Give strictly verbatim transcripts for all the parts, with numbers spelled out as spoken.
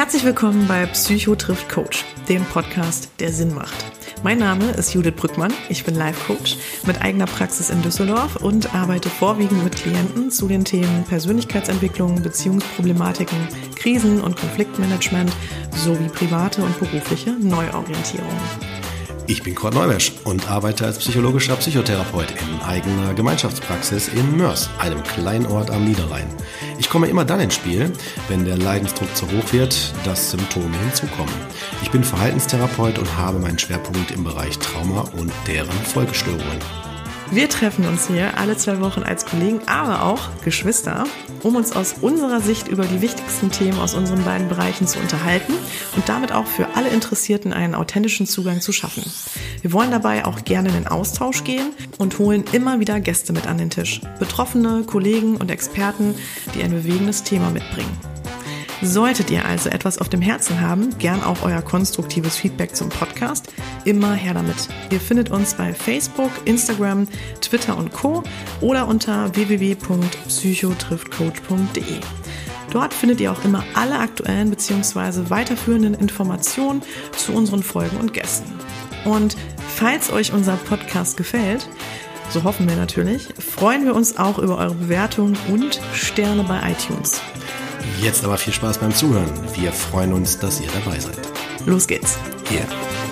Herzlich willkommen bei Psycho trifft Coach, dem Podcast, der Sinn macht. Mein Name ist Judith Brückmann, ich bin Life-Coach mit eigener Praxis in Düsseldorf und arbeite vorwiegend mit Klienten zu den Themen Persönlichkeitsentwicklung, Beziehungsproblematiken, Krisen- und Konfliktmanagement sowie private und berufliche Neuorientierung. Ich bin Kurt Neumesch und arbeite als psychologischer Psychotherapeut in eigener Gemeinschaftspraxis in Mörs, einem kleinen Ort am Niederrhein. Ich komme immer dann ins Spiel, wenn der Leidensdruck zu hoch wird, dass Symptome hinzukommen. Ich bin Verhaltenstherapeut und habe meinen Schwerpunkt im Bereich Trauma und deren Folgestörungen. Wir treffen uns hier alle zwei Wochen als Kollegen, aber auch Geschwister, um uns aus unserer Sicht über die wichtigsten Themen aus unseren beiden Bereichen zu unterhalten und damit auch für alle Interessierten einen authentischen Zugang zu schaffen. Wir wollen dabei auch gerne in den Austausch gehen und holen immer wieder Gäste mit an den Tisch. Betroffene, Kollegen und Experten, die ein bewegendes Thema mitbringen. Solltet ihr also etwas auf dem Herzen haben, gern auch euer konstruktives Feedback zum Podcast, immer her damit. Ihr findet uns bei Facebook, Instagram, Twitter und Co. oder unter w w w punkt psycho trifft coach punkt d e. Dort findet ihr auch immer alle aktuellen bzw. weiterführenden Informationen zu unseren Folgen und Gästen. Und falls euch unser Podcast gefällt, so hoffen wir natürlich, freuen wir uns auch über eure Bewertungen und Sterne bei iTunes. Jetzt aber viel Spaß beim Zuhören. Wir freuen uns, dass ihr dabei seid. Los geht's. Yeah.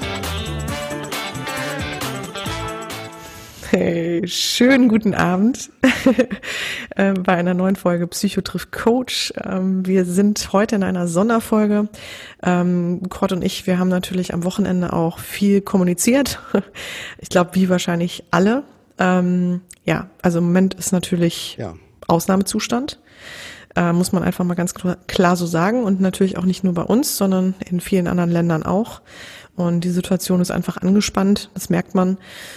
Hey, schönen guten Abend bei einer neuen Folge Psycho trifft Coach. Wir sind heute in einer Sonderfolge. Kurt und ich, wir haben natürlich am Wochenende auch viel kommuniziert. Ich glaube, wie wahrscheinlich alle. Ja, also im Moment ist natürlich ja. Ausnahmezustand. Äh, muss man einfach mal ganz klar so sagen und natürlich auch nicht nur bei uns, sondern in vielen anderen Ländern auch. Und die Situation ist einfach angespannt, das merkt man.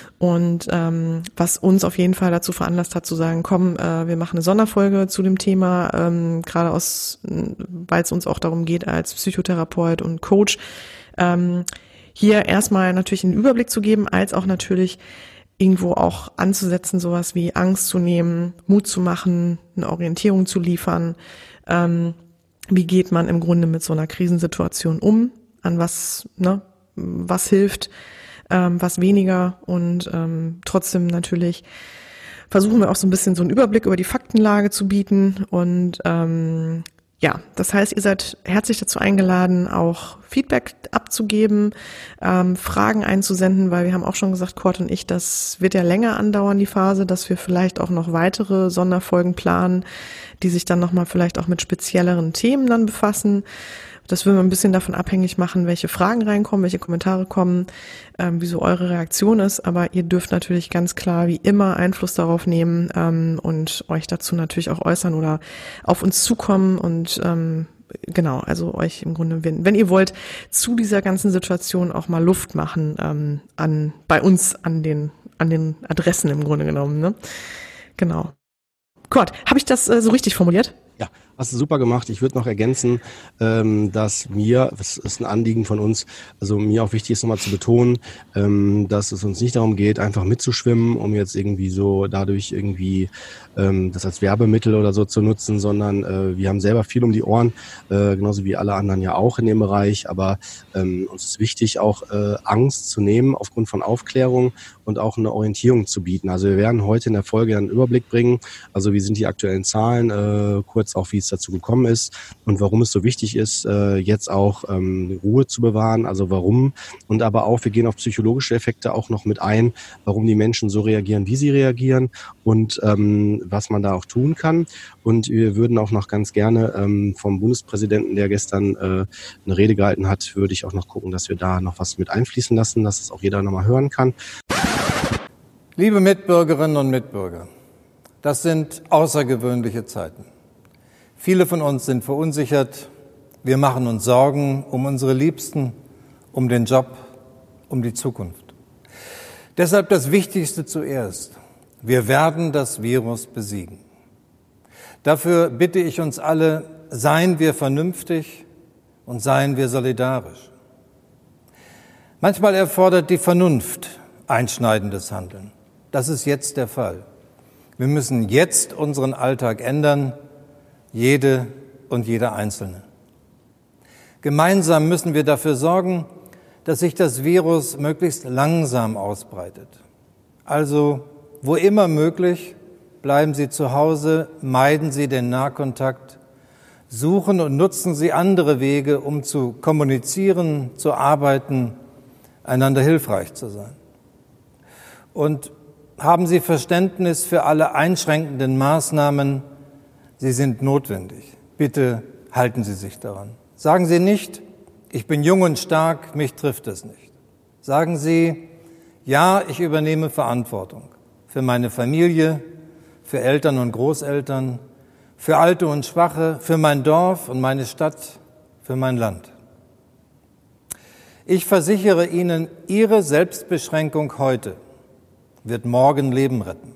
Und ähm, was uns auf jeden Fall dazu veranlasst hat zu sagen, komm, äh, wir machen eine Sonderfolge zu dem Thema, ähm, gerade aus, weil es uns auch darum geht, als Psychotherapeut und Coach, ähm, hier erstmal natürlich einen Überblick zu geben, als auch natürlich irgendwo auch anzusetzen, sowas wie Angst zu nehmen, Mut zu machen, eine Orientierung zu liefern. Ähm, wie geht man im Grunde mit so einer Krisensituation um? An was, ne, was hilft, ähm, was weniger? Und ähm, trotzdem natürlich versuchen wir auch so ein bisschen so einen Überblick über die Faktenlage zu bieten. Und ähm, ja, das heißt, ihr seid herzlich dazu eingeladen, auch Feedback abzugeben, ähm, Fragen einzusenden, weil wir haben auch schon gesagt, Kurt und ich, das wird ja länger andauern, die Phase, dass wir vielleicht auch noch weitere Sonderfolgen planen, die sich dann nochmal vielleicht auch mit spezielleren Themen dann befassen. Das würden wir ein bisschen davon abhängig machen, welche Fragen reinkommen, welche Kommentare kommen, ähm, wie so eure Reaktion ist. Aber ihr dürft natürlich ganz klar wie immer Einfluss darauf nehmen ähm, und euch dazu natürlich auch äußern oder auf uns zukommen und ähm, genau, also euch im Grunde, wenn, wenn ihr wollt, zu dieser ganzen Situation auch mal Luft machen ähm, an bei uns an den an den Adressen im Grunde genommen. Ne? Genau. Kurt, habe ich das äh, so richtig formuliert? Ja, hast du super gemacht. Ich würde noch ergänzen, ähm, dass mir, das ist ein Anliegen von uns, also mir auch wichtig ist nochmal zu betonen, ähm, dass es uns nicht darum geht, einfach mitzuschwimmen, um jetzt irgendwie so dadurch irgendwie ähm, das als Werbemittel oder so zu nutzen, sondern äh, wir haben selber viel um die Ohren, äh, genauso wie alle anderen ja auch in dem Bereich, aber ähm, uns ist wichtig, auch äh, Angst zu nehmen aufgrund von Aufklärung und auch eine Orientierung zu bieten. Also wir werden heute in der Folge einen Überblick bringen, also wie sind die aktuellen Zahlen, äh, kurz auch wie es dazu gekommen ist und warum es so wichtig ist, äh, jetzt auch ähm, Ruhe zu bewahren, also warum und aber auch, wir gehen auf psychologische Effekte auch noch mit ein, warum die Menschen so reagieren, wie sie reagieren und ähm, was man da auch tun kann. Und wir würden auch noch ganz gerne ähm, vom Bundespräsidenten, der gestern äh, eine Rede gehalten hat, würde ich auch noch gucken, dass wir da noch was mit einfließen lassen, dass es auch jeder nochmal hören kann. Liebe Mitbürgerinnen und Mitbürger, das sind außergewöhnliche Zeiten. Viele von uns sind verunsichert. Wir machen uns Sorgen um unsere Liebsten, um den Job, um die Zukunft. Deshalb das Wichtigste zuerst. Wir werden das Virus besiegen. Dafür bitte ich uns alle, seien wir vernünftig und seien wir solidarisch. Manchmal erfordert die Vernunft einschneidendes Handeln. Das ist jetzt der Fall. Wir müssen jetzt unseren Alltag ändern, jede und jeder Einzelne. Gemeinsam müssen wir dafür sorgen, dass sich das Virus möglichst langsam ausbreitet. Also, wo immer möglich, bleiben Sie zu Hause, meiden Sie den Nahkontakt, suchen und nutzen Sie andere Wege, um zu kommunizieren, zu arbeiten, einander hilfreich zu sein. Und haben Sie Verständnis für alle einschränkenden Maßnahmen, sie sind notwendig. Bitte halten Sie sich daran. Sagen Sie nicht, ich bin jung und stark, mich trifft es nicht. Sagen Sie, ja, ich übernehme Verantwortung für meine Familie, für Eltern und Großeltern, für Alte und Schwache, für mein Dorf und meine Stadt, für mein Land. Ich versichere Ihnen, Ihre Selbstbeschränkung heute wird morgen Leben retten.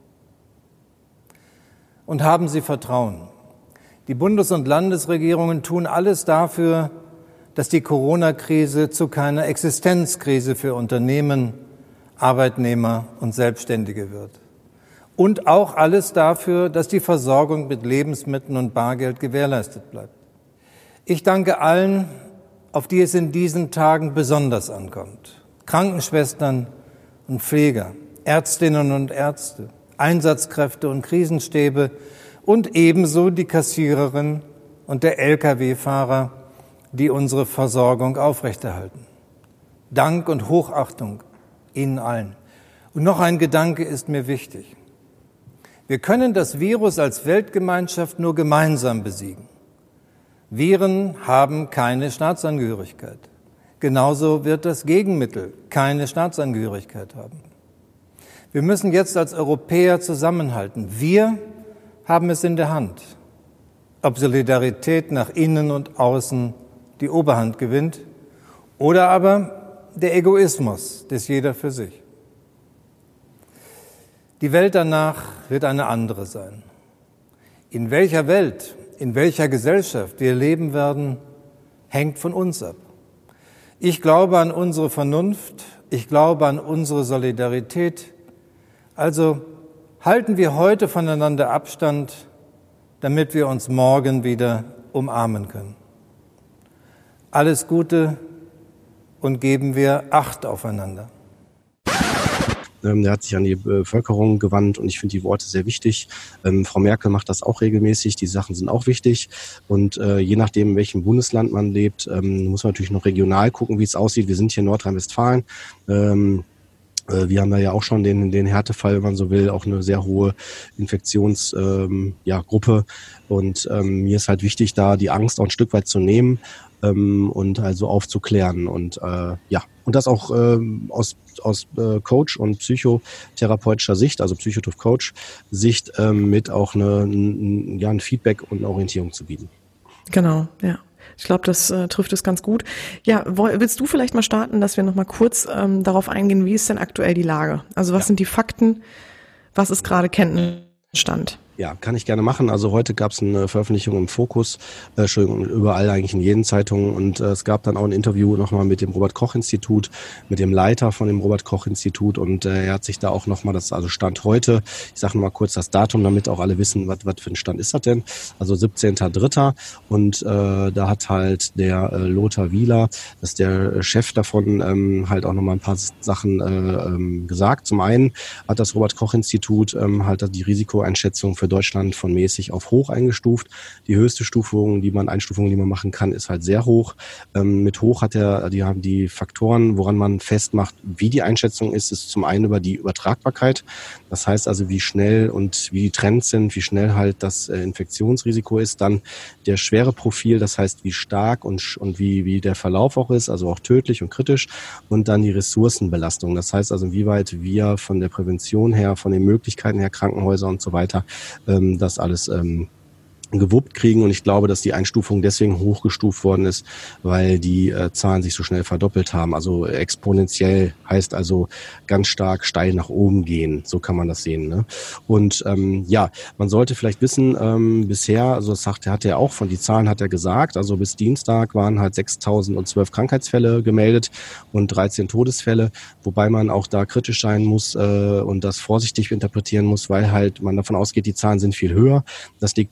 Und haben Sie Vertrauen. Die Bundes- und Landesregierungen tun alles dafür, dass die Corona-Krise zu keiner Existenzkrise für Unternehmen, Arbeitnehmer und Selbstständige wird. Und auch alles dafür, dass die Versorgung mit Lebensmitteln und Bargeld gewährleistet bleibt. Ich danke allen, auf die es in diesen Tagen besonders ankommt. Krankenschwestern und Pfleger, Ärztinnen und Ärzte, Einsatzkräfte und Krisenstäbe und ebenso die Kassiererin und der L K W-Fahrer, die unsere Versorgung aufrechterhalten. Dank und Hochachtung Ihnen allen. Und noch ein Gedanke ist mir wichtig. Wir können das Virus als Weltgemeinschaft nur gemeinsam besiegen. Viren haben keine Staatsangehörigkeit. Genauso wird das Gegenmittel keine Staatsangehörigkeit haben. Wir müssen jetzt als Europäer zusammenhalten. Wir haben es in der Hand, ob Solidarität nach innen und außen die Oberhand gewinnt oder aber der Egoismus des jeder für sich. Die Welt danach wird eine andere sein. In welcher Welt, in welcher Gesellschaft wir leben werden, hängt von uns ab. Ich glaube an unsere Vernunft, ich glaube an unsere Solidarität. Also halten wir heute voneinander Abstand, damit wir uns morgen wieder umarmen können. Alles Gute und geben wir Acht aufeinander. Ähm, der hat sich an die Bevölkerung gewandt und ich finde die Worte sehr wichtig. Ähm, Frau Merkel macht das auch regelmäßig. Die Sachen sind auch wichtig. Und äh, je nachdem, in welchem Bundesland man lebt, ähm, muss man natürlich noch regional gucken, wie es aussieht. Wir sind hier in Nordrhein-Westfalen. Ähm, Wir haben da ja auch schon den, den Härtefall, wenn man so will, auch eine sehr hohe Infektionsgruppe. Ähm, ja, Gruppe. Und ähm, mir ist halt wichtig, da die Angst auch ein Stück weit zu nehmen ähm, und also aufzuklären. Und äh, ja, und das auch ähm, aus, aus äh, Coach- und psychotherapeutischer Sicht, also Psychotrof-Coach-Sicht, ähm, mit auch eine, ein, ja, ein Feedback und eine Orientierung zu bieten. Genau, ja. Ich glaube, das äh, trifft es ganz gut. Ja, willst du vielleicht mal starten, dass wir noch mal kurz ähm, darauf eingehen, wie ist denn aktuell die Lage? Also was ja. sind die Fakten? Was ist gerade Kenntnisstand? Ja, kann ich gerne machen. Also heute gab es eine Veröffentlichung im Fokus, äh, Entschuldigung, überall eigentlich in jeden Zeitungen. Und äh, es gab dann auch ein Interview nochmal mit dem Robert-Koch-Institut, mit dem Leiter von dem Robert-Koch-Institut. Und äh, er hat sich da auch nochmal, das also Stand heute, ich sage mal kurz das Datum, damit auch alle wissen, was was für ein Stand ist das denn. Also siebzehnter dritter Und äh, da hat halt der äh, Lothar Wieler, das ist der Chef davon, ähm, halt auch nochmal ein paar Sachen äh, ähm, gesagt. Zum einen hat das Robert-Koch-Institut ähm, halt die Risikoeinschätzung für Deutschland von mäßig auf hoch eingestuft. Die höchste Stufung, die man Einstufung, die man machen kann, ist halt sehr hoch. Ähm, mit hoch hat er, die haben die Faktoren, woran man festmacht, wie die Einschätzung ist, ist zum einen über die Übertragbarkeit. Das heißt also, wie schnell und wie die Trends sind, wie schnell halt das äh, Infektionsrisiko ist. Dann der schwere Profil, das heißt, wie stark und und wie wie der Verlauf auch ist, also auch tödlich und kritisch. Und dann die Ressourcenbelastung. Das heißt also, inwieweit wir von der Prävention her, von den Möglichkeiten her, Krankenhäuser und so weiter, ähm, das alles ähm, gewuppt kriegen. Und ich glaube, dass die Einstufung deswegen hochgestuft worden ist, weil die äh, Zahlen sich so schnell verdoppelt haben. Also exponentiell heißt also ganz stark steil nach oben gehen. So kann man das sehen. Ne? Und ähm, ja, man sollte vielleicht wissen, ähm, bisher, also das sagt, hat er auch von die Zahlen hat er gesagt, also bis Dienstag waren halt sechstausendzwölf Krankheitsfälle gemeldet und dreizehn Todesfälle, wobei man auch da kritisch sein muss äh, und das vorsichtig interpretieren muss, weil halt man davon ausgeht, die Zahlen sind viel höher. Das liegt daran, dass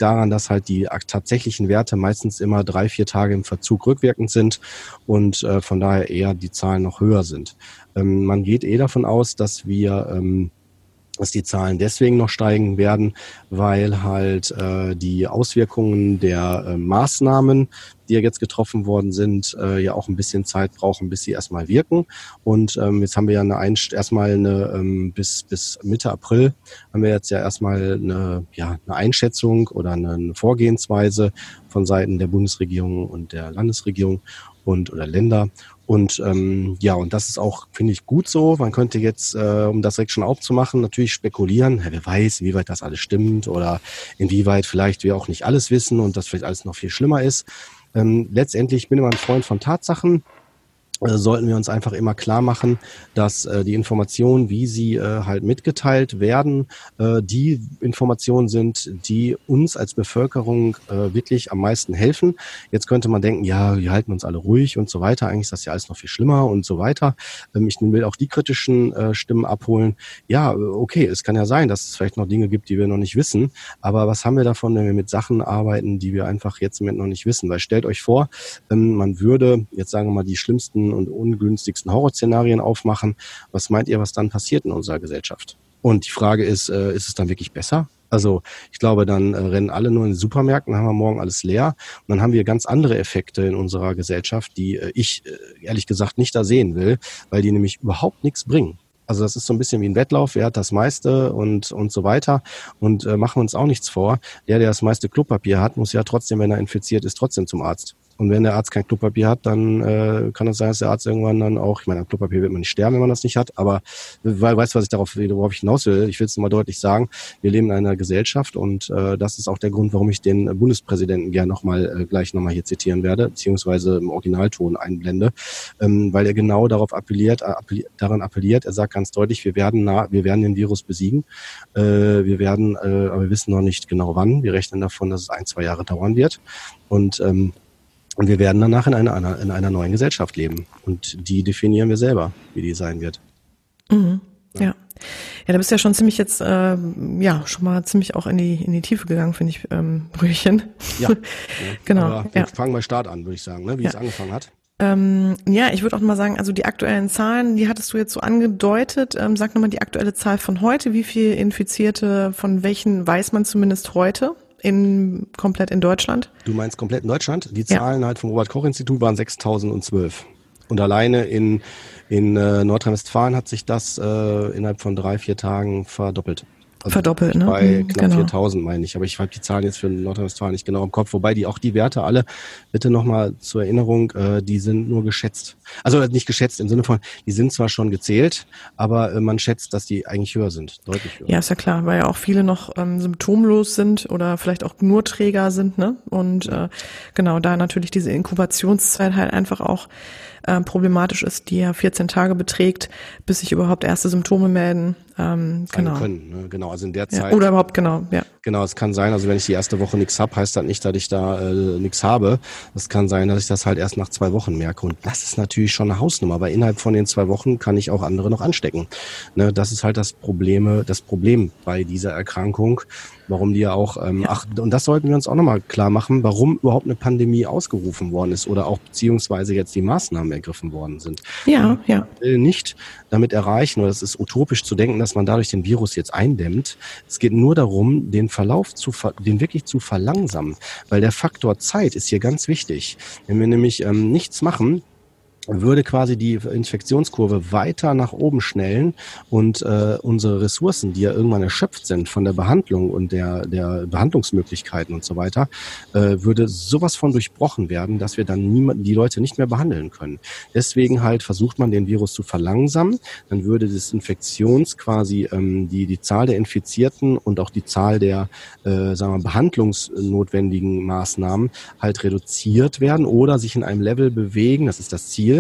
dass halt die tatsächlichen Werte meistens immer drei, vier Tage im Verzug rückwirkend sind und äh, von daher eher die Zahlen noch höher sind. Ähm, man geht eh davon aus, dass wir ähm, dass die Zahlen deswegen noch steigen werden, weil halt äh, die Auswirkungen der äh, Maßnahmen, die ja jetzt getroffen worden sind, äh, ja auch ein bisschen Zeit brauchen, bis sie erstmal wirken. Und ähm, jetzt haben wir ja eine Einst- erstmal eine ähm, bis bis Mitte April haben wir jetzt ja erstmal eine ja eine Einschätzung oder eine Vorgehensweise von Seiten der Bundesregierung und der Landesregierung und oder Länder. Und ähm, ja, und das ist auch, finde ich, gut so. Man könnte jetzt, äh, um das direkt schon aufzumachen, natürlich spekulieren, ja, wer weiß, inwieweit das alles stimmt oder inwieweit vielleicht wir auch nicht alles wissen und das vielleicht alles noch viel schlimmer ist. Ähm, letztendlich bin ich immer ein Freund von Tatsachen. Äh, sollten wir uns einfach immer klar machen, dass äh, die Informationen, wie sie äh, halt mitgeteilt werden, äh, die Informationen sind, die uns als Bevölkerung äh, wirklich am meisten helfen. Jetzt könnte man denken, ja, wir halten uns alle ruhig und so weiter. Eigentlich ist das ja alles noch viel schlimmer und so weiter. Ähm, ich will auch die kritischen äh, Stimmen abholen. Ja, okay, es kann ja sein, dass es vielleicht noch Dinge gibt, die wir noch nicht wissen. Aber was haben wir davon, wenn wir mit Sachen arbeiten, die wir einfach jetzt im Moment noch nicht wissen? Weil stellt euch vor, ähm, man würde, jetzt sagen wir mal, die schlimmsten und ungünstigsten Horrorszenarien aufmachen. Was meint ihr, was dann passiert in unserer Gesellschaft? Und die Frage ist, äh, ist es dann wirklich besser? Also ich glaube, dann äh, rennen alle nur in den Supermärkten, dann haben wir morgen alles leer und dann haben wir ganz andere Effekte in unserer Gesellschaft, die äh, ich äh, ehrlich gesagt nicht da sehen will, weil die nämlich überhaupt nichts bringen. Also das ist so ein bisschen wie ein Wettlauf, wer hat das meiste und und so weiter. Und äh, machen wir uns auch nichts vor. Der, der das meiste Klopapier hat, muss ja trotzdem, wenn er infiziert ist, trotzdem zum Arzt. Und wenn der Arzt kein Klopapier hat, dann äh, kann es sein, dass der Arzt irgendwann dann auch, ich meine, am Klopapier wird man nicht sterben, wenn man das nicht hat, aber weil, weißt du, was ich darauf, worauf ich hinaus will? Ich will es nochmal deutlich sagen, wir leben in einer Gesellschaft und äh, das ist auch der Grund, warum ich den Bundespräsidenten gerne nochmal äh, gleich nochmal hier zitieren werde, beziehungsweise im Originalton einblende, ähm, weil er genau darauf appelliert, äh, appelliert, daran appelliert, er sagt ganz deutlich, wir werden nah, wir werden den Virus besiegen, äh, wir werden, äh, aber wir wissen noch nicht genau wann, wir rechnen davon, dass es ein, zwei Jahre dauern wird und ähm, Und wir werden danach in einer, in einer neuen Gesellschaft leben. Und die definieren wir selber, wie die sein wird. Mhm. Ja. ja. Ja, da bist du ja schon ziemlich jetzt, äh, ja, schon mal ziemlich auch in die in die Tiefe gegangen, finde ich, ähm, Brüchen. Ja, ja. Genau. Aber wir ja. fangen bei Start an, würde ich sagen, ne? wie ja. es angefangen hat. Ähm, ja, ich würde auch mal sagen, also die aktuellen Zahlen, die hattest du jetzt so angedeutet. Ähm, sag nochmal die aktuelle Zahl von heute. Wie viele Infizierte, von welchen weiß man zumindest heute? In, komplett in Deutschland? Du meinst komplett in Deutschland? Die Zahlen ja. halt vom Robert-Koch-Institut waren sechstausendzwölf. Und alleine in, in äh, Nordrhein-Westfalen hat sich das äh, innerhalb von drei, vier Tagen verdoppelt. Also verdoppelt, ne? Bei knapp genau. viertausend meine ich. Aber ich habe die Zahlen jetzt für Nordrhein-Westfalen nicht genau im Kopf. Wobei die auch die Werte alle, bitte nochmal zur Erinnerung, äh, die sind nur geschätzt. Also nicht geschätzt im Sinne von, die sind zwar schon gezählt, aber äh, man schätzt, dass die eigentlich höher sind. Deutlich höher. Ja, ist ja klar, weil ja auch viele noch ähm, symptomlos sind oder vielleicht auch nur Träger sind, ne? Und äh, genau, da natürlich diese Inkubationszeit halt einfach auch äh, problematisch ist, die ja vierzehn Tage beträgt, bis sich überhaupt erste Symptome melden. Ähm, genau. Können, ne? Genau, also in der ja, Zeit. Oder überhaupt, genau, ja. Genau, es kann sein, also wenn ich die erste Woche nichts hab, heißt das nicht, dass ich da äh, nichts habe. Es kann sein, dass ich das halt erst nach zwei Wochen merke. Und das ist natürlich schon eine Hausnummer, weil innerhalb von den zwei Wochen kann ich auch andere noch anstecken. Ne, das ist halt das Probleme, das Problem bei dieser Erkrankung, warum die ja auch, ähm, ja. ach, und das sollten wir uns auch nochmal klar machen, warum überhaupt eine Pandemie ausgerufen worden ist oder auch beziehungsweise jetzt die Maßnahmen ergriffen worden sind. Ja, ja. Ich will nicht damit erreichen, oder es ist utopisch zu denken, dass man dadurch den Virus jetzt eindämmt. Es geht nur darum, den Verlauf zu, den wirklich zu verlangsamen, weil der Faktor Zeit ist hier ganz wichtig. Wenn wir nämlich ähm, nichts machen, würde quasi die Infektionskurve weiter nach oben schnellen und äh, unsere Ressourcen, die ja irgendwann erschöpft sind von der Behandlung und der der Behandlungsmöglichkeiten und so weiter, äh, würde sowas von durchbrochen werden, dass wir dann niemand, die Leute nicht mehr behandeln können. Deswegen halt versucht man, den Virus zu verlangsamen. Dann würde das Infektions quasi ähm, die die Zahl der Infizierten und auch die Zahl der äh, sagen wir behandlungsnotwendigen Maßnahmen halt reduziert werden oder sich in einem Level bewegen. Das ist das Ziel,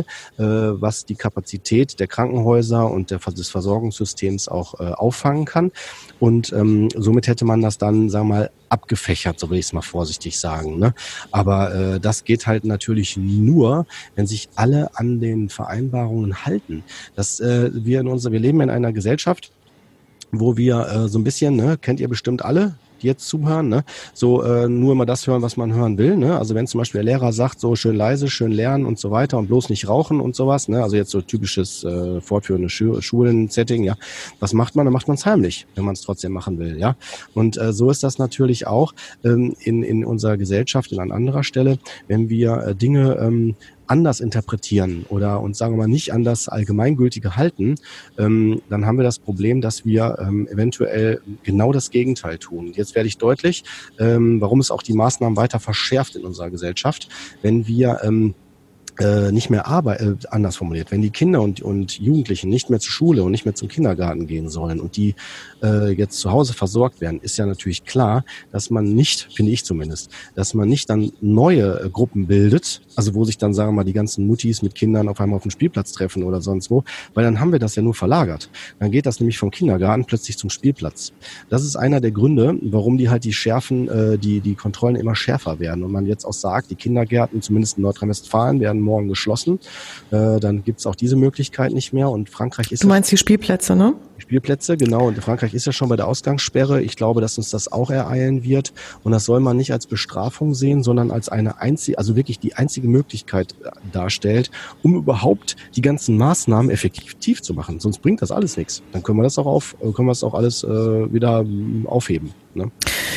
was die Kapazität der Krankenhäuser und der, des Versorgungssystems auch äh, auffangen kann. Und ähm, somit hätte man das dann, sagen wir mal, abgefächert, so will ich es mal vorsichtig sagen. Ne? Aber äh, das geht halt natürlich nur, wenn sich alle an den Vereinbarungen halten. Das, äh, wir, in unserer, wir leben in einer Gesellschaft, wo wir äh, so ein bisschen, ne, kennt ihr bestimmt alle, die jetzt zuhören, ne? So äh, nur mal das hören, was man hören will, ne? Also wenn zum Beispiel der Lehrer sagt, so schön leise, schön lernen und so weiter und bloß nicht rauchen und sowas, ne? Also jetzt so typisches äh, fortführende Schu- Schulen-Setting, ja. Was macht man? Dann macht man es heimlich, wenn man es trotzdem machen will, ja. Und äh, so ist das natürlich auch ähm, in in unserer Gesellschaft an anderer Stelle, wenn wir äh, Dinge ähm, anders interpretieren oder uns, sagen wir mal, nicht an das Allgemeingültige halten, ähm, dann haben wir das Problem, dass wir ähm, eventuell genau das Gegenteil tun. Jetzt werde ich deutlich, ähm, warum es auch die Maßnahmen weiter verschärft in unserer Gesellschaft, wenn wir ähm, äh, nicht mehr arbeiten, äh, anders formuliert, wenn die Kinder und, und Jugendlichen nicht mehr zur Schule und nicht mehr zum Kindergarten gehen sollen und die äh, jetzt zu Hause versorgt werden, ist ja natürlich klar, dass man nicht, finde ich zumindest, dass man nicht dann neue äh, Gruppen bildet, also wo sich dann, sagen wir mal, die ganzen Muttis mit Kindern auf einmal auf dem Spielplatz treffen oder sonst wo, weil dann haben wir das ja nur verlagert. Dann geht das nämlich vom Kindergarten plötzlich zum Spielplatz. Das ist einer der Gründe, warum die halt die Schärfen, äh, die die Kontrollen immer schärfer werden und man jetzt auch sagt, die Kindergärten, zumindest in Nordrhein-Westfalen, werden morgen geschlossen. Äh, dann gibt's auch diese Möglichkeit nicht mehr und Frankreich ist... Du meinst die Spielplätze, ne? Spielplätze, genau. Und Frankreich ist ja schon bei der Ausgangssperre. Ich glaube, dass uns das auch ereilen wird. Und das soll man nicht als Bestrafung sehen, sondern als eine einzige, also wirklich die einzige Möglichkeit darstellt, um überhaupt die ganzen Maßnahmen effektiv zu machen. Sonst bringt das alles nichts. Dann können wir das auch auf, können wir das auch alles äh, wieder aufheben, ne?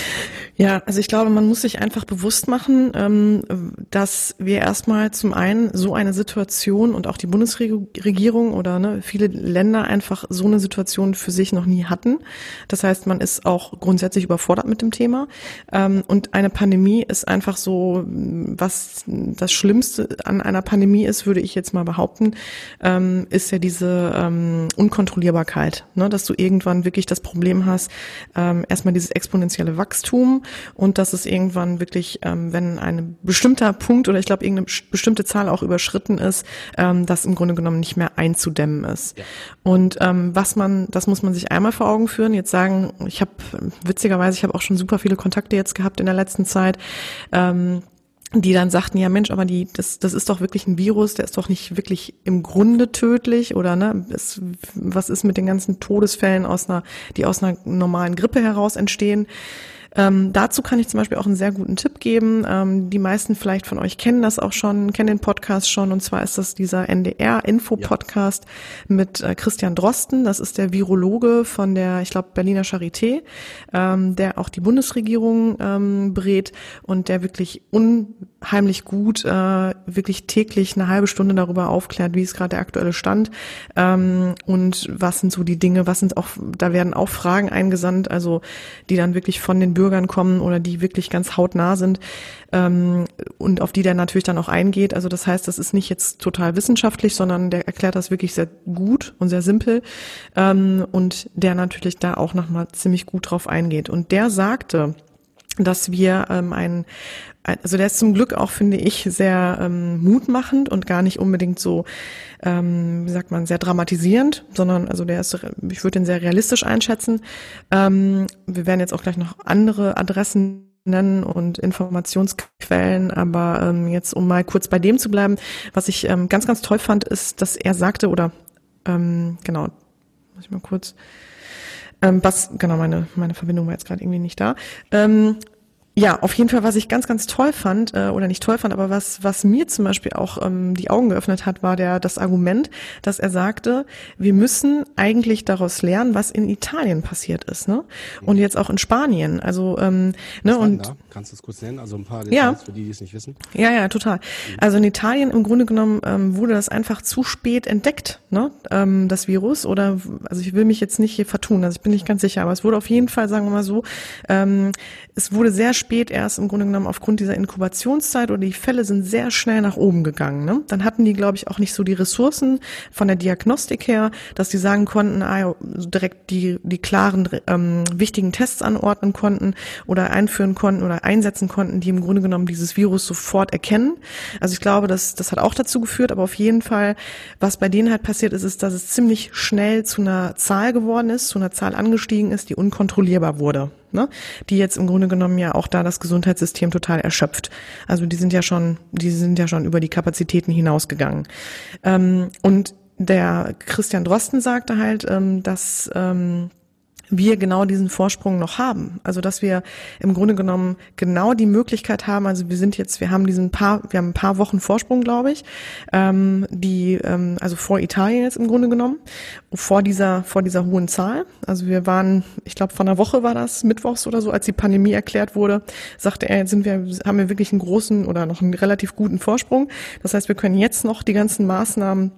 Ja, also ich glaube, man muss sich einfach bewusst machen, ähm, dass wir erstmal zum einen so eine Situation und auch die Bundesregierung oder ne, viele Länder einfach so eine Situation für sich noch nie hatten. Das heißt, man ist auch grundsätzlich überfordert mit dem Thema. Ähm, und eine Pandemie ist einfach so, was das Schlimmste an einer Pandemie ist, würde ich jetzt mal behaupten, ähm, ist ja diese ähm, Unkontrollierbarkeit, ne, dass du irgendwann wirklich das Problem hast, ähm, erstmal dieses exponentielle Wachstum, und dass es irgendwann wirklich, ähm, wenn ein bestimmter Punkt oder ich glaube irgendeine bestimmte Zahl auch überschritten ist, ähm, das im Grunde genommen nicht mehr einzudämmen ist. Ja. Und ähm, was man, das muss man sich einmal vor Augen führen. Jetzt sagen, ich habe witzigerweise, ich habe auch schon super viele Kontakte jetzt gehabt in der letzten Zeit, ähm, die dann sagten, ja Mensch, aber die, das, das ist doch wirklich ein Virus, der ist doch nicht wirklich im Grunde tödlich oder ne, ist, was ist mit den ganzen Todesfällen aus einer, die aus einer normalen Grippe heraus entstehen? Ähm, dazu kann ich zum Beispiel auch einen sehr guten Tipp geben. Ähm, die meisten vielleicht von euch kennen das auch schon, kennen den Podcast schon. Und zwar ist das dieser N D R-Info-Podcast ja. mit äh, Christian Drosten. Das ist der Virologe von der, ich glaube, Berliner Charité, ähm, der auch die Bundesregierung ähm, berät und der wirklich unheimlich gut, äh, wirklich täglich eine halbe Stunde darüber aufklärt, wie ist gerade der aktuelle Stand ähm, und was sind so die Dinge, was sind auch, da werden auch Fragen eingesandt, also die dann wirklich von den Bürgern kommen oder die wirklich ganz hautnah sind ähm, und auf die der natürlich dann auch eingeht. Also das heißt, das ist nicht jetzt total wissenschaftlich, sondern der erklärt das wirklich sehr gut und sehr simpel ähm, und der natürlich da auch nochmal ziemlich gut drauf eingeht. Und der sagte, dass wir ähm, ein, also der ist zum Glück auch, finde ich, sehr ähm, mutmachend und gar nicht unbedingt so, ähm, wie sagt man, sehr dramatisierend, sondern also der ist, ich würde den sehr realistisch einschätzen. Ähm, wir werden jetzt auch gleich noch andere Adressen nennen und Informationsquellen, aber ähm, jetzt, um mal kurz bei dem zu bleiben, was ich ähm, ganz, ganz toll fand, ist, dass er sagte, oder ähm, genau, muss ich mal kurz Ähm, was, genau, meine, meine Verbindung war jetzt gerade irgendwie nicht da. Ähm, ja, auf jeden Fall, was ich ganz, ganz toll fand, äh, oder nicht toll fand, aber was, was mir zum Beispiel auch ähm, die Augen geöffnet hat, war der, das Argument, dass er sagte, wir müssen eigentlich daraus lernen, was in Italien passiert ist, ne? Und jetzt auch in Spanien, also, ähm, ne, und. Da? Kannst du es kurz nennen? Also ein paar Details ja. für die, die es nicht wissen. Ja, ja, total. Also in Italien im Grunde genommen ähm, wurde das einfach zu spät entdeckt, ne, ähm, das Virus, oder, also ich will mich jetzt nicht hier vertun, also ich bin nicht ganz sicher, aber es wurde auf jeden Fall, sagen wir mal so, ähm, es wurde sehr spät erst im Grunde genommen aufgrund dieser Inkubationszeit oder die Fälle sind sehr schnell nach oben gegangen, ne? Dann hatten die, glaube ich, auch nicht so die Ressourcen von der Diagnostik her, dass die sagen konnten, ah, direkt die, die klaren, ähm, wichtigen Tests anordnen konnten oder einführen konnten oder einsetzen konnten, die im Grunde genommen dieses Virus sofort erkennen. Also ich glaube, das, das hat auch dazu geführt, aber auf jeden Fall, was bei denen halt passiert ist, ist, dass es ziemlich schnell zu einer Zahl geworden ist, zu einer Zahl angestiegen ist, die unkontrollierbar wurde, ne? Die jetzt im Grunde genommen ja auch da das Gesundheitssystem total erschöpft. Also die sind ja schon, die sind ja schon über die Kapazitäten hinausgegangen. Ähm, und der Christian Drosten sagte halt, ähm, dass ähm, wir genau diesen Vorsprung noch haben. Also dass wir im Grunde genommen genau die Möglichkeit haben, also wir sind jetzt, wir haben diesen paar, wir haben ein paar Wochen Vorsprung, glaube ich, ähm, die, ähm, also vor Italien jetzt im Grunde genommen, vor dieser, vor dieser hohen Zahl. Also wir waren, ich glaube vor einer Woche war das, mittwochs oder so, als die Pandemie erklärt wurde, sagte er, jetzt sind wir, haben wir wirklich einen großen oder noch einen relativ guten Vorsprung. Das heißt, wir können jetzt noch die ganzen Maßnahmen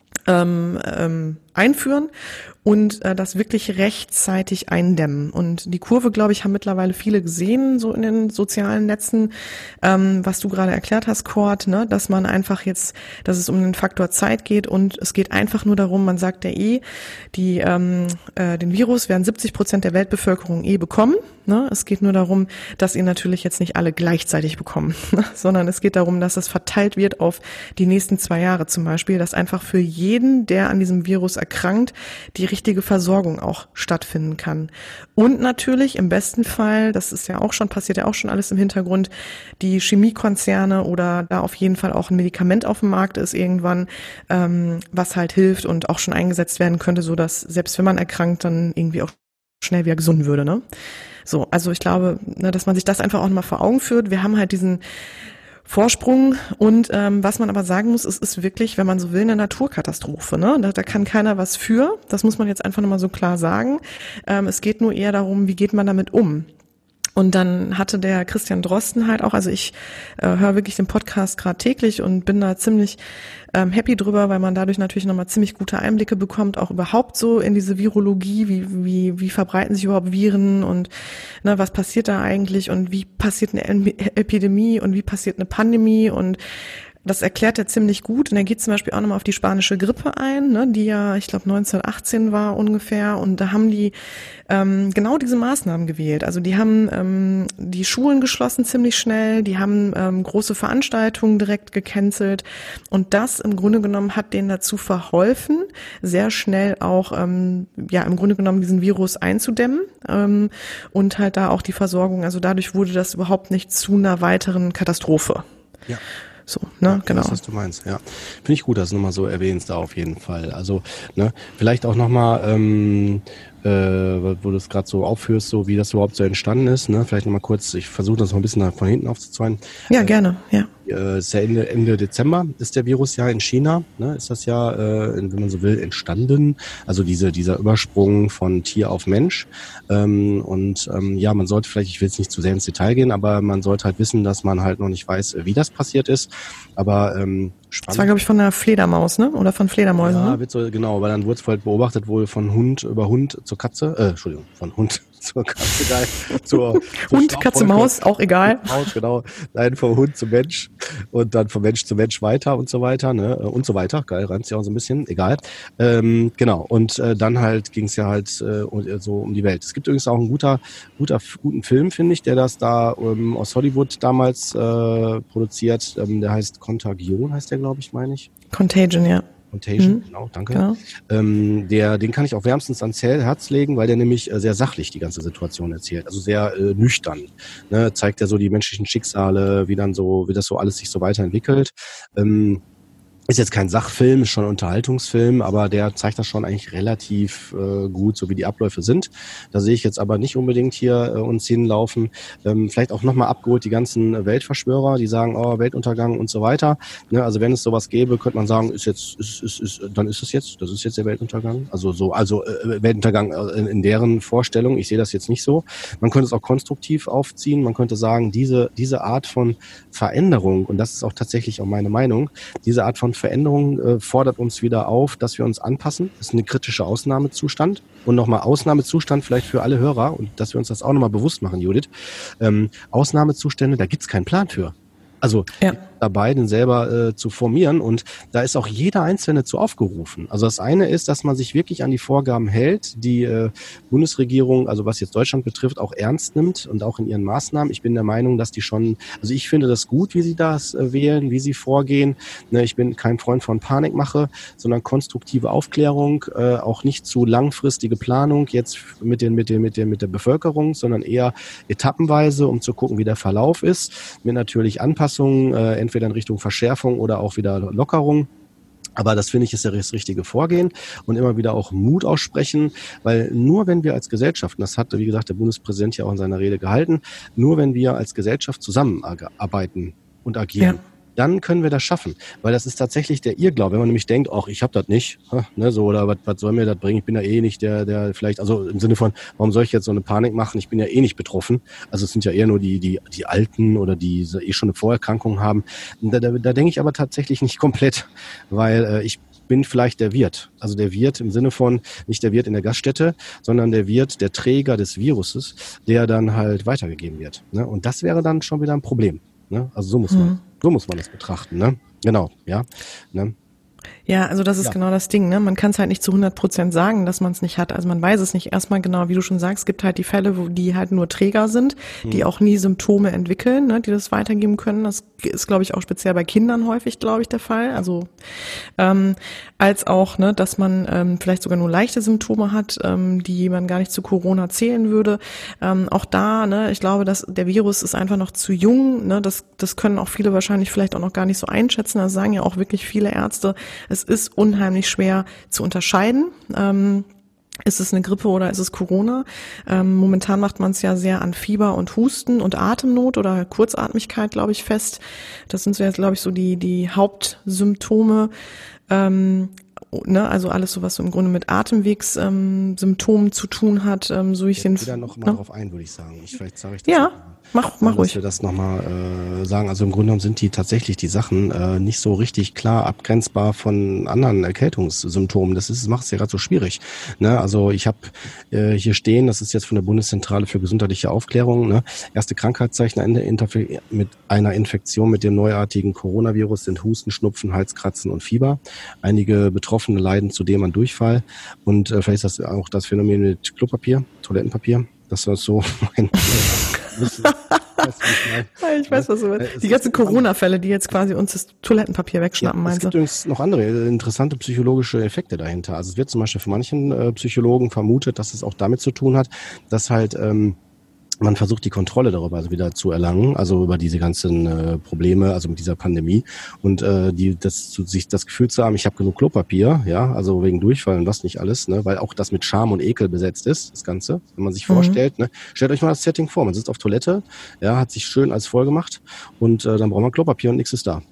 ähm, ähm, einführen und äh, das wirklich rechtzeitig eindämmen. Und die Kurve, glaube ich, haben mittlerweile viele gesehen, so in den sozialen Netzen, ähm, was du gerade erklärt hast, Cord, ne, dass man einfach jetzt, dass es um den Faktor Zeit geht und es geht einfach nur darum, man sagt ja eh, die, ähm, äh, den Virus werden siebzig Prozent der Weltbevölkerung eh bekommen. Ne? Es geht nur darum, dass ihr natürlich jetzt nicht alle gleichzeitig bekommen, ne? Sondern es geht darum, dass es verteilt wird auf die nächsten zwei Jahre zum Beispiel, dass einfach für jeden, der an diesem Virus erkrankt, die richtige Versorgung auch stattfinden kann. Und natürlich im besten Fall, das ist ja auch schon, passiert ja auch schon alles im Hintergrund, die Chemiekonzerne oder da auf jeden Fall auch ein Medikament auf dem Markt ist irgendwann, ähm, was halt hilft und auch schon eingesetzt werden könnte, so dass selbst wenn man erkrankt, dann irgendwie auch schnell wieder gesund würde, ne? So, also ich glaube, ne, dass man sich das einfach auch mal vor Augen führt. Wir haben halt diesen Vorsprung und ähm, was man aber sagen muss, es ist wirklich, wenn man so will, eine Naturkatastrophe. Ne? Da, da kann keiner was für, das muss man jetzt einfach nochmal so klar sagen. Ähm, es geht nur eher darum, wie geht man damit um. Und dann hatte der Christian Drosten halt auch, also ich äh, höre wirklich den Podcast gerade täglich und bin da ziemlich ähm, happy drüber, weil man dadurch natürlich nochmal ziemlich gute Einblicke bekommt, auch überhaupt so in diese Virologie, wie wie wie verbreiten sich überhaupt Viren und ne, was passiert da eigentlich und wie passiert eine Epidemie und wie passiert eine Pandemie und das erklärt er ziemlich gut und er geht zum Beispiel auch nochmal auf die spanische Grippe ein, ne, die ja, ich glaube neunzehnhundertachtzehn war ungefähr und da haben die ähm, genau diese Maßnahmen gewählt. Also die haben ähm, die Schulen geschlossen ziemlich schnell, die haben ähm, große Veranstaltungen direkt gecancelt und das im Grunde genommen hat denen dazu verholfen, sehr schnell auch ähm, ja im Grunde genommen diesen Virus einzudämmen ähm, und halt da auch die Versorgung, also dadurch wurde das überhaupt nicht zu einer weiteren Katastrophe. Ja. So, ne, ja, genau. Das, was du meinst, ja. Finde ich gut, dass du nochmal so erwähnst, da auf jeden Fall. Also, ne, vielleicht auch nochmal, ähm, äh, wo du es gerade so aufführst, so wie das überhaupt so entstanden ist, ne, vielleicht nochmal kurz, ich versuche das noch ein bisschen von hinten aufzuzeigen. Ja, äh, gerne, ja. Äh, ist ja Ende, Ende Dezember ist der Virus ja in China, ne, ist das ja, äh, wenn man so will, entstanden. Also diese, dieser Übersprung von Tier auf Mensch. Ähm, und ähm, ja, man sollte vielleicht, ich will jetzt nicht zu sehr ins Detail gehen, aber man sollte halt wissen, dass man halt noch nicht weiß, wie das passiert ist. Aber ähm, spannend. Das war, glaube ich, von einer Fledermaus, ne? Oder von Fledermäusen, ja, ne? wird so, genau, weil dann wurde es halt beobachtet wohl von Hund über Hund zur Katze, äh, Entschuldigung, von Hund zur Katze, geil, zur, zur Hund, Katze, Maus, auch egal. Maus, genau, nein, vom Hund zum Mensch und dann vom Mensch zu Mensch weiter und so weiter, ne, und so weiter, geil, reimt sich auch so ein bisschen, egal, ähm, genau, und äh, dann halt ging es ja halt äh, so um die Welt. Es gibt übrigens auch einen guter, guter, guten Film, finde ich, der das da ähm, aus Hollywood damals äh, produziert, ähm, der heißt Contagion, heißt der, glaube ich, meine ich. Contagion, ja. Contagion, Mhm. genau, danke. Genau. Ähm, der, den kann ich auch wärmstens ans Herz legen, weil der nämlich äh, sehr sachlich die ganze Situation erzählt, also sehr äh, nüchtern. Ne? Zeigt ja so die menschlichen Schicksale, wie dann so, wie das so alles sich so weiterentwickelt. Ähm, Ist jetzt kein Sachfilm, ist schon ein Unterhaltungsfilm, aber der zeigt das schon eigentlich relativ äh, gut, so wie die Abläufe sind. Da sehe ich jetzt aber nicht unbedingt hier äh, uns hinlaufen. Ähm, vielleicht auch nochmal abgeholt die ganzen Weltverschwörer, die sagen, oh, Weltuntergang und so weiter. Ne, also wenn es sowas gäbe, könnte man sagen, ist jetzt, ist, ist, ist, dann ist es jetzt, das ist jetzt der Weltuntergang. Also so, also äh, Weltuntergang in, in deren Vorstellung. Ich sehe das jetzt nicht so. Man könnte es auch konstruktiv aufziehen. Man könnte sagen, diese diese Art von Veränderung, und das ist auch tatsächlich auch meine Meinung, diese Art von Veränderung äh, fordert uns wieder auf, dass wir uns anpassen. Das ist ein kritischer Ausnahmezustand. Und nochmal Ausnahmezustand vielleicht für alle Hörer, und dass wir uns das auch nochmal bewusst machen, Judith. Ähm, Ausnahmezustände, da gibt's keinen Plan für. Also ja. dabei, den selber äh, zu formieren, und da ist auch jeder Einzelne zu aufgerufen. Also das eine ist, dass man sich wirklich an die Vorgaben hält, die äh, Bundesregierung, also was jetzt Deutschland betrifft, auch ernst nimmt und auch in ihren Maßnahmen. Ich bin der Meinung, dass die schon, also ich finde das gut, wie sie das äh, wählen, wie sie vorgehen. Ne, ich bin kein Freund von Panikmache, sondern konstruktive Aufklärung, äh, auch nicht zu langfristige Planung jetzt mit den mit den mit der mit der Bevölkerung, sondern eher etappenweise, um zu gucken, wie der Verlauf ist, mit natürlich Anpassungen, äh, entweder in Richtung Verschärfung oder auch wieder Lockerung. Aber das finde ich ist ja das richtige Vorgehen und immer wieder auch Mut aussprechen, weil nur wenn wir als Gesellschaft, und das hat, wie gesagt, der Bundespräsident ja auch in seiner Rede gehalten, nur wenn wir als Gesellschaft zusammenarbeiten und agieren, ja. dann können wir das schaffen. Weil das ist tatsächlich der Irrglaube, wenn man nämlich denkt, ach, ich habe das nicht, ne, so, oder was, was soll mir das bringen, ich bin ja eh nicht der, der vielleicht, also im Sinne von, warum soll ich jetzt so eine Panik machen, ich bin ja eh nicht betroffen. Also es sind ja eher nur die, die, die Alten oder die eh schon eine Vorerkrankung haben. Da, da, da denke ich aber tatsächlich nicht komplett, weil äh, ich bin vielleicht der Wirt. Also der Wirt im Sinne von, nicht der Wirt in der Gaststätte, sondern der Wirt, der Träger des Viruses, der dann halt weitergegeben wird. Ne? Und das wäre dann schon wieder ein Problem. Ne? Also so muss man, mhm. so muss man das betrachten. Ne? Genau, ja. Ne? Ja, also das ist ja. genau das Ding, ne? Man kann es halt nicht zu hundert Prozent sagen, dass man es nicht hat. Also man weiß es nicht. Erstmal genau, wie du schon sagst, es gibt halt die Fälle, wo die halt nur Träger sind, mhm. die auch nie Symptome entwickeln, ne? Die das weitergeben können. Das ist, glaube ich, auch speziell bei Kindern häufig, glaube ich, der Fall. Also ähm, als auch, ne, dass man ähm, vielleicht sogar nur leichte Symptome hat, ähm, die man gar nicht zu Corona zählen würde. Ähm, auch da, ne, ich glaube, dass der Virus ist einfach noch zu jung. Ne? Das, das können auch viele wahrscheinlich vielleicht auch noch gar nicht so einschätzen. Das sagen ja auch wirklich viele Ärzte. Es ist unheimlich schwer zu unterscheiden. Ähm, ist es eine Grippe oder ist es Corona? Ähm, momentan macht man es ja sehr an Fieber und Husten und Atemnot oder Kurzatmigkeit, glaube ich, fest. Das sind so jetzt, glaube ich, so die, die Hauptsymptome. Ähm, ne? Also alles so, was so im Grunde mit Atemwegssymptomen ähm, zu tun hat. Ähm, so ich, ich den. Ich gehe da noch mal ne? drauf ein, würde ich sagen. Ich, vielleicht sage ich das ja. Mach, mach dass ruhig. wir das nochmal äh, sagen. Also im Grunde genommen sind die tatsächlich die Sachen äh, nicht so richtig klar abgrenzbar von anderen Erkältungssymptomen. Das ist, das macht es ja gerade so schwierig. Ne? Also ich habe äh, hier stehen, das ist jetzt von der Bundeszentrale für gesundheitliche Aufklärung, ne? Erste Krankheitszeichen mit einer Infektion mit dem neuartigen Coronavirus sind Husten, Schnupfen, Halskratzen und Fieber. Einige Betroffene leiden zudem an Durchfall und äh, vielleicht ist das auch das Phänomen mit Klopapier, Toilettenpapier. Das ist so mein ich weiß, was du meinst. Die ganzen Corona-Fälle, die jetzt quasi uns das Toilettenpapier wegschnappen, ja, meinst du? Es gibt übrigens noch andere interessante psychologische Effekte dahinter. Also es wird zum Beispiel von manchen äh, Psychologen vermutet, dass es auch damit zu tun hat, dass halt ähm, man versucht, die Kontrolle darüber also wieder zu erlangen, also über diese ganzen äh, Probleme, also mit dieser Pandemie und äh, die das zu sich das Gefühl zu haben, ich habe genug Klopapier, ja, also wegen Durchfall und was nicht alles, ne, weil auch das mit Scham und Ekel besetzt ist, das Ganze, wenn man sich mhm. vorstellt, ne, stellt euch mal das Setting vor, man sitzt auf Toilette, ja, hat sich schön alles voll gemacht und äh, dann braucht man Klopapier und nichts ist da.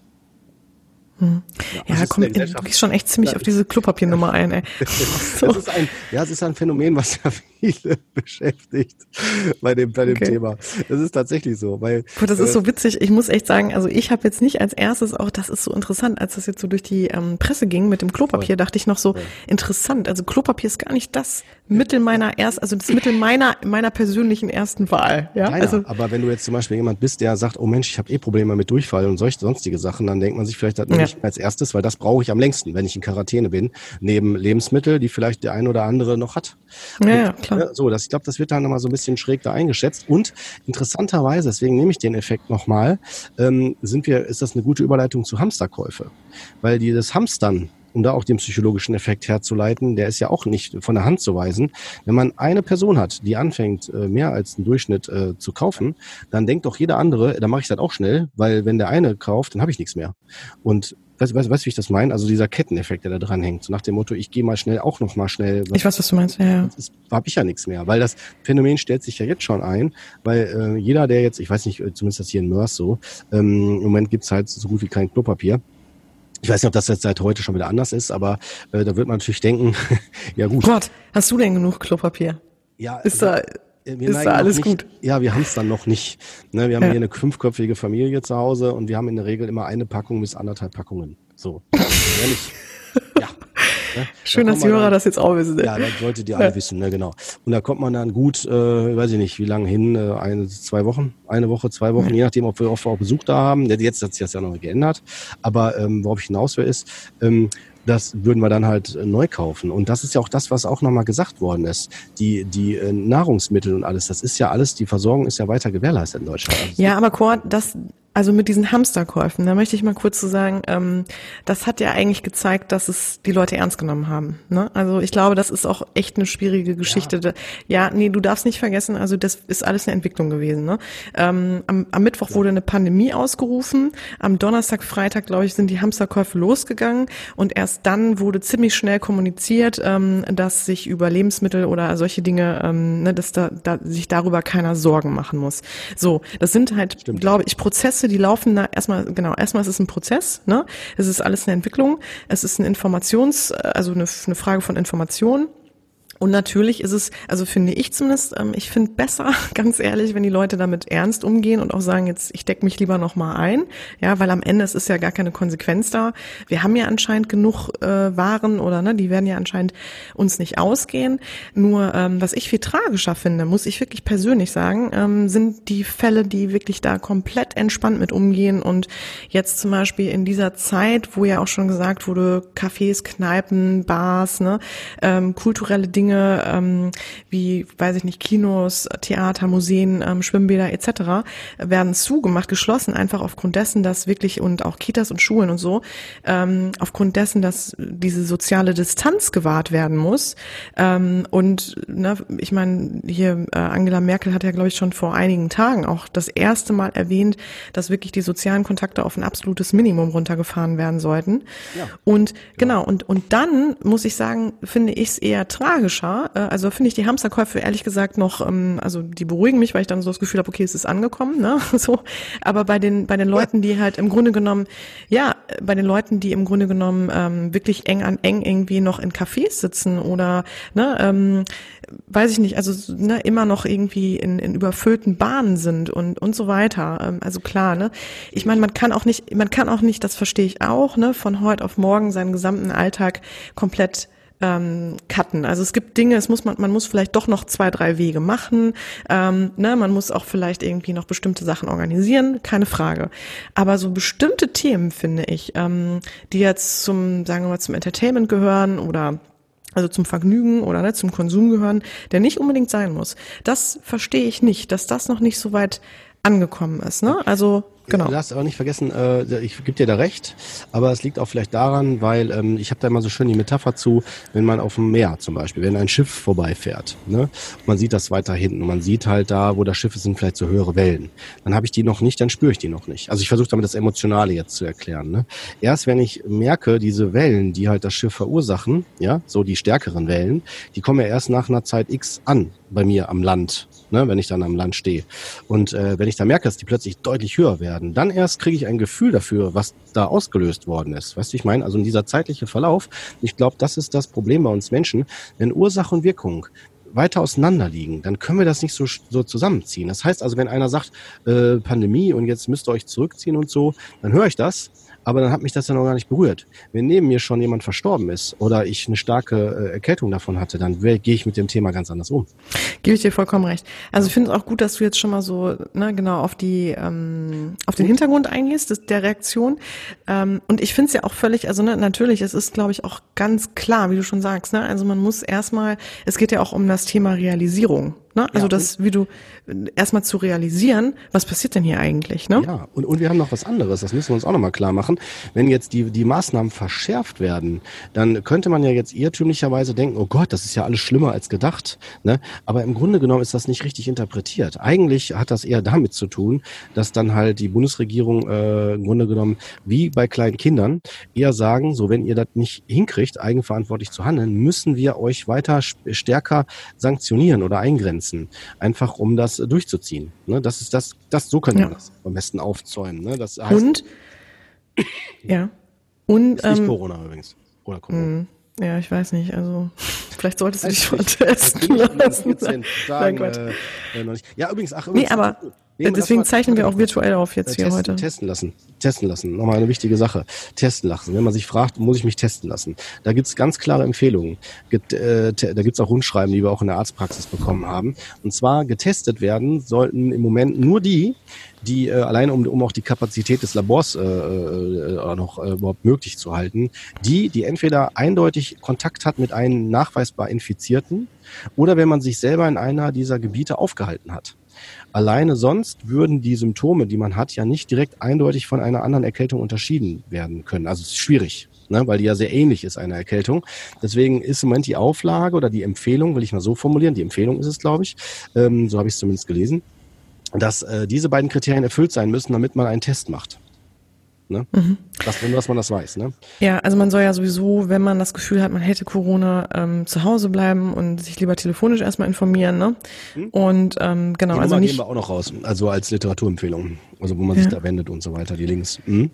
Hm. Ja, ja komm, du gehst schon echt ziemlich ja, auf diese Klopapiernummer ein, ey. So. Das ist ein, ja, es ist ein Phänomen, was ja viele beschäftigt bei dem, bei dem okay. Thema. Das ist tatsächlich so, weil. Boah, das äh, ist so witzig. Ich muss echt sagen, also ich habe jetzt nicht als erstes auch, das ist so interessant, als das jetzt so durch die ähm, Presse ging mit dem Klopapier, voll. dachte ich noch so, voll. interessant. Also Klopapier ist gar nicht das Mittel meiner erst, also das Mittel meiner meiner persönlichen ersten Wahl. Ja, Nein, also. Aber wenn du jetzt zum Beispiel jemand bist, der sagt, oh Mensch, ich habe eh Probleme mit Durchfall und solche sonstige Sachen, dann denkt man sich vielleicht, das ja. nicht als erstes, weil das brauche ich am längsten, wenn ich in Quarantäne bin, neben Lebensmittel, die vielleicht der ein oder andere noch hat. Ja, und, ja klar. Ja, so, das, ich glaube, das wird dann nochmal so ein bisschen schräg da eingeschätzt. Und interessanterweise, deswegen nehme ich den Effekt nochmal, ähm, sind wir, ist das eine gute Überleitung zu Hamsterkäufe. Weil dieses Hamstern, um da auch den psychologischen Effekt herzuleiten, der ist ja auch nicht von der Hand zu weisen. Wenn man eine Person hat, die anfängt, mehr als einen Durchschnitt äh, zu kaufen, dann denkt doch jeder andere, da mache ich das auch schnell, weil wenn der eine kauft, dann habe ich nichts mehr. Und weißt du, weißt, weißt, wie ich das meine? Also dieser Ketteneffekt, der da dran hängt. So nach dem Motto, ich gehe mal schnell, auch noch mal schnell. Ich weiß, was du meinst, ja. ja. Habe ich ja nichts mehr, weil das Phänomen stellt sich ja jetzt schon ein, weil äh, jeder, der jetzt, ich weiß nicht, zumindest das hier in Mörs so, ähm, im Moment gibt's halt so gut wie kein Klopapier. Ich weiß nicht, ob das jetzt seit heute schon wieder anders ist, aber äh, da wird man natürlich denken, ja gut. Gott, hast du denn genug Klopapier? Ja. Ist da, wir ist da alles nicht, gut? Ja, wir haben es dann noch nicht. Ne, wir haben ja. hier eine fünfköpfige Familie zu Hause und wir haben in der Regel immer eine Packung bis anderthalb Packungen. So. Ehrlich. Ja. Ne? Schön, da dass die Hörer dann, das jetzt auch wissen. Ne? Ja, das solltet ihr alle ja. wissen, ne, genau. Und da kommt man dann gut, äh, weiß ich nicht, wie lange hin, äh, eine, zwei Wochen, eine Woche, zwei Wochen, mhm. je nachdem, ob wir auch Besuch da haben. Jetzt hat sich das ja noch geändert. Aber ähm, worauf ich hinaus will, ist, ähm, das würden wir dann halt äh, neu kaufen. Und das ist ja auch das, was auch nochmal gesagt worden ist. Die die äh, Nahrungsmittel und alles, das ist ja alles, die Versorgung ist ja weiter gewährleistet in Deutschland. Also ja, aber Kurt, das Also mit diesen Hamsterkäufen, da möchte ich mal kurz zu sagen, ähm, das hat ja eigentlich gezeigt, dass es die Leute ernst genommen haben. Ne? Also ich glaube, das ist auch echt eine schwierige Geschichte. Ja. ja, nee, du darfst nicht vergessen, also das ist alles eine Entwicklung gewesen. Ne? Ähm, am, am Mittwoch wurde eine Pandemie ausgerufen, am Donnerstag, Freitag, glaube ich, sind die Hamsterkäufe losgegangen und erst dann wurde ziemlich schnell kommuniziert, ähm, dass sich über Lebensmittel oder solche Dinge, ähm, ne, dass da, da sich darüber keiner Sorgen machen muss. So, das sind halt, Stimmt. glaube ich, Prozesse, die laufen da erstmal, genau, erstmal ist es ein Prozess, ne? Es ist alles eine Entwicklung, es ist ein Informations, also eine, eine Frage von Information. Und natürlich ist es, also finde ich zumindest, ähm, ich finde besser, ganz ehrlich, wenn die Leute damit ernst umgehen und auch sagen, jetzt, ich decke mich lieber nochmal ein, ja, weil am Ende es ist ja gar keine Konsequenz da. Wir haben ja anscheinend genug äh, Waren oder ne, die werden ja anscheinend uns nicht ausgehen. Nur, ähm, was ich viel tragischer finde, muss ich wirklich persönlich sagen, ähm, sind die Fälle, die wirklich da komplett entspannt mit umgehen und jetzt zum Beispiel in dieser Zeit, wo ja auch schon gesagt wurde, Cafés, Kneipen, Bars, ne, ähm, kulturelle Dinge, Ähm, wie, weiß ich nicht, Kinos, Theater, Museen, ähm, Schwimmbäder et cetera werden zugemacht, geschlossen, einfach aufgrund dessen, dass wirklich, und auch Kitas und Schulen und so, ähm, aufgrund dessen, dass diese soziale Distanz gewahrt werden muss. Ähm, und ne, ich meine, hier äh, Angela Merkel hat ja, glaube ich, schon vor einigen Tagen auch das erste Mal erwähnt, dass wirklich die sozialen Kontakte auf ein absolutes Minimum runtergefahren werden sollten. Ja. Und genau, und, und dann, muss ich sagen, finde ich es eher tragisch. Also finde ich die Hamsterkäufe ehrlich gesagt noch, also die beruhigen mich, weil ich dann so das Gefühl habe, okay, es ist angekommen, ne, so. Aber bei den bei den Leuten, die halt im Grunde genommen, ja, bei den Leuten, die im Grunde genommen ähm, wirklich eng an eng irgendwie noch in Cafés sitzen oder, ne, ähm, weiß ich nicht, also ne, immer noch irgendwie in, in überfüllten Bahnen sind und und so weiter. Ähm, also klar, ne, ich meine, man kann auch nicht, man kann auch nicht, das verstehe ich auch, ne, von heute auf morgen seinen gesamten Alltag komplett ähm, cutten. Also es gibt Dinge, es muss man, man muss vielleicht doch noch zwei, drei Wege machen. Ähm, ne, man muss auch vielleicht irgendwie noch bestimmte Sachen organisieren, keine Frage. Aber so bestimmte Themen, finde ich, ähm, die jetzt zum, sagen wir mal, zum Entertainment gehören oder also zum Vergnügen oder ne, zum Konsum gehören, der nicht unbedingt sein muss. Das verstehe ich nicht, dass das noch nicht so weit angekommen ist. Ne? Also genau. Du darfst aber nicht vergessen, äh, ich gebe dir da recht, aber es liegt auch vielleicht daran, weil ähm, ich habe da immer so schön die Metapher zu, wenn man auf dem Meer zum Beispiel, wenn ein Schiff vorbeifährt, ne, man sieht das weiter hinten und man sieht halt da, wo das Schiff ist, sind vielleicht so höhere Wellen. Dann habe ich die noch nicht, dann spüre ich die noch nicht. Also ich versuche damit das Emotionale jetzt zu erklären. Ne? Erst wenn ich merke, diese Wellen, die halt das Schiff verursachen, ja, so die stärkeren Wellen, die kommen ja erst nach einer Zeit X an bei mir am Land, ne, wenn ich dann am Land stehe. Und äh, wenn ich da merke, dass die plötzlich deutlich höher werden, dann erst kriege ich ein Gefühl dafür, was da ausgelöst worden ist. Weißt du, ich meine, also in dieser zeitliche Verlauf, ich glaube, das ist das Problem bei uns Menschen, wenn Ursache und Wirkung weiter auseinander liegen, dann können wir das nicht so, so zusammenziehen. Das heißt also, wenn einer sagt, äh, Pandemie und jetzt müsst ihr euch zurückziehen und so, dann höre ich das, aber dann hat mich das ja noch gar nicht berührt. Wenn neben mir schon jemand verstorben ist oder ich eine starke äh, Erkältung davon hatte, dann gehe ich mit dem Thema ganz anders um. Gebe ich dir vollkommen recht. Also ich finde es auch gut, dass du jetzt schon mal so ne, genau auf die ähm, auf den Hintergrund eingehst, das, der Reaktion. Ähm, und ich finde es ja auch völlig, also ne, natürlich, es ist, glaube ich, auch ganz klar, wie du schon sagst. Ne? Also man muss erstmal, es geht ja auch um das Thema Realisierung. Ne? Also ja, das, wie du erstmal zu realisieren, was passiert denn hier eigentlich? Ne? Ja, und, und wir haben noch was anderes, das müssen wir uns auch nochmal klar machen. Wenn jetzt die, die Maßnahmen verschärft werden, dann könnte man ja jetzt irrtümlicherweise denken, oh Gott, das ist ja alles schlimmer als gedacht. Ne? Aber im Grunde genommen ist das nicht richtig interpretiert. Eigentlich hat das eher damit zu tun, dass dann halt die Bundesregierung äh, im Grunde genommen, wie bei kleinen Kindern, eher sagen, so wenn ihr das nicht hinkriegt, eigenverantwortlich zu handeln, müssen wir euch weiter stärker sanktionieren oder eingrenzen. Einfach um das durchzuziehen. Ne, das ist das, das, so können wir ja. das am besten aufzäumen. Ne? Das heißt, und ja. Und ist nicht ähm, Corona übrigens. Oder Corona. Ja, ich weiß nicht. Also vielleicht solltest du dich schon testen lassen. Nein, Gott. Äh, noch nicht. Ja, übrigens, ach übrigens. Nee, aber nee, deswegen zeichnen wir auch virtuell auf jetzt hier testen, heute. Testen lassen. Testen lassen. Nochmal eine wichtige Sache. Testen lassen. Wenn man sich fragt, muss ich mich testen lassen? Da gibt's ganz klare Empfehlungen. Get, äh, te, da gibt's auch Rundschreiben, die wir auch in der Arztpraxis bekommen haben. Und zwar getestet werden sollten im Moment nur die, die äh, allein um, um auch die Kapazität des Labors äh, äh, noch äh, überhaupt möglich zu halten, die, die entweder eindeutig Kontakt hat mit einem nachweisbar Infizierten oder wenn man sich selber in einer dieser Gebiete aufgehalten hat. Alleine sonst würden die Symptome, die man hat, ja nicht direkt eindeutig von einer anderen Erkältung unterschieden werden können. Also es ist schwierig, ne, weil die ja sehr ähnlich ist, einer Erkältung. Deswegen ist im Moment die Auflage oder die Empfehlung, will ich mal so formulieren, die Empfehlung ist es, glaube ich, ähm, so habe ich es zumindest gelesen, dass äh, diese beiden Kriterien erfüllt sein müssen, damit man einen Test macht. Ne? Mhm. Das, dass man das weiß. Ne? Ja, also man soll ja sowieso, wenn man das Gefühl hat, man hätte Corona, ähm, zu Hause bleiben und sich lieber telefonisch erstmal informieren. Ne? Mhm. Und ähm, genau, die also Nummer nicht. Geben wir auch noch raus, also als Literaturempfehlung, also wo man ja. sich da wendet und so weiter, die Links. Mhm.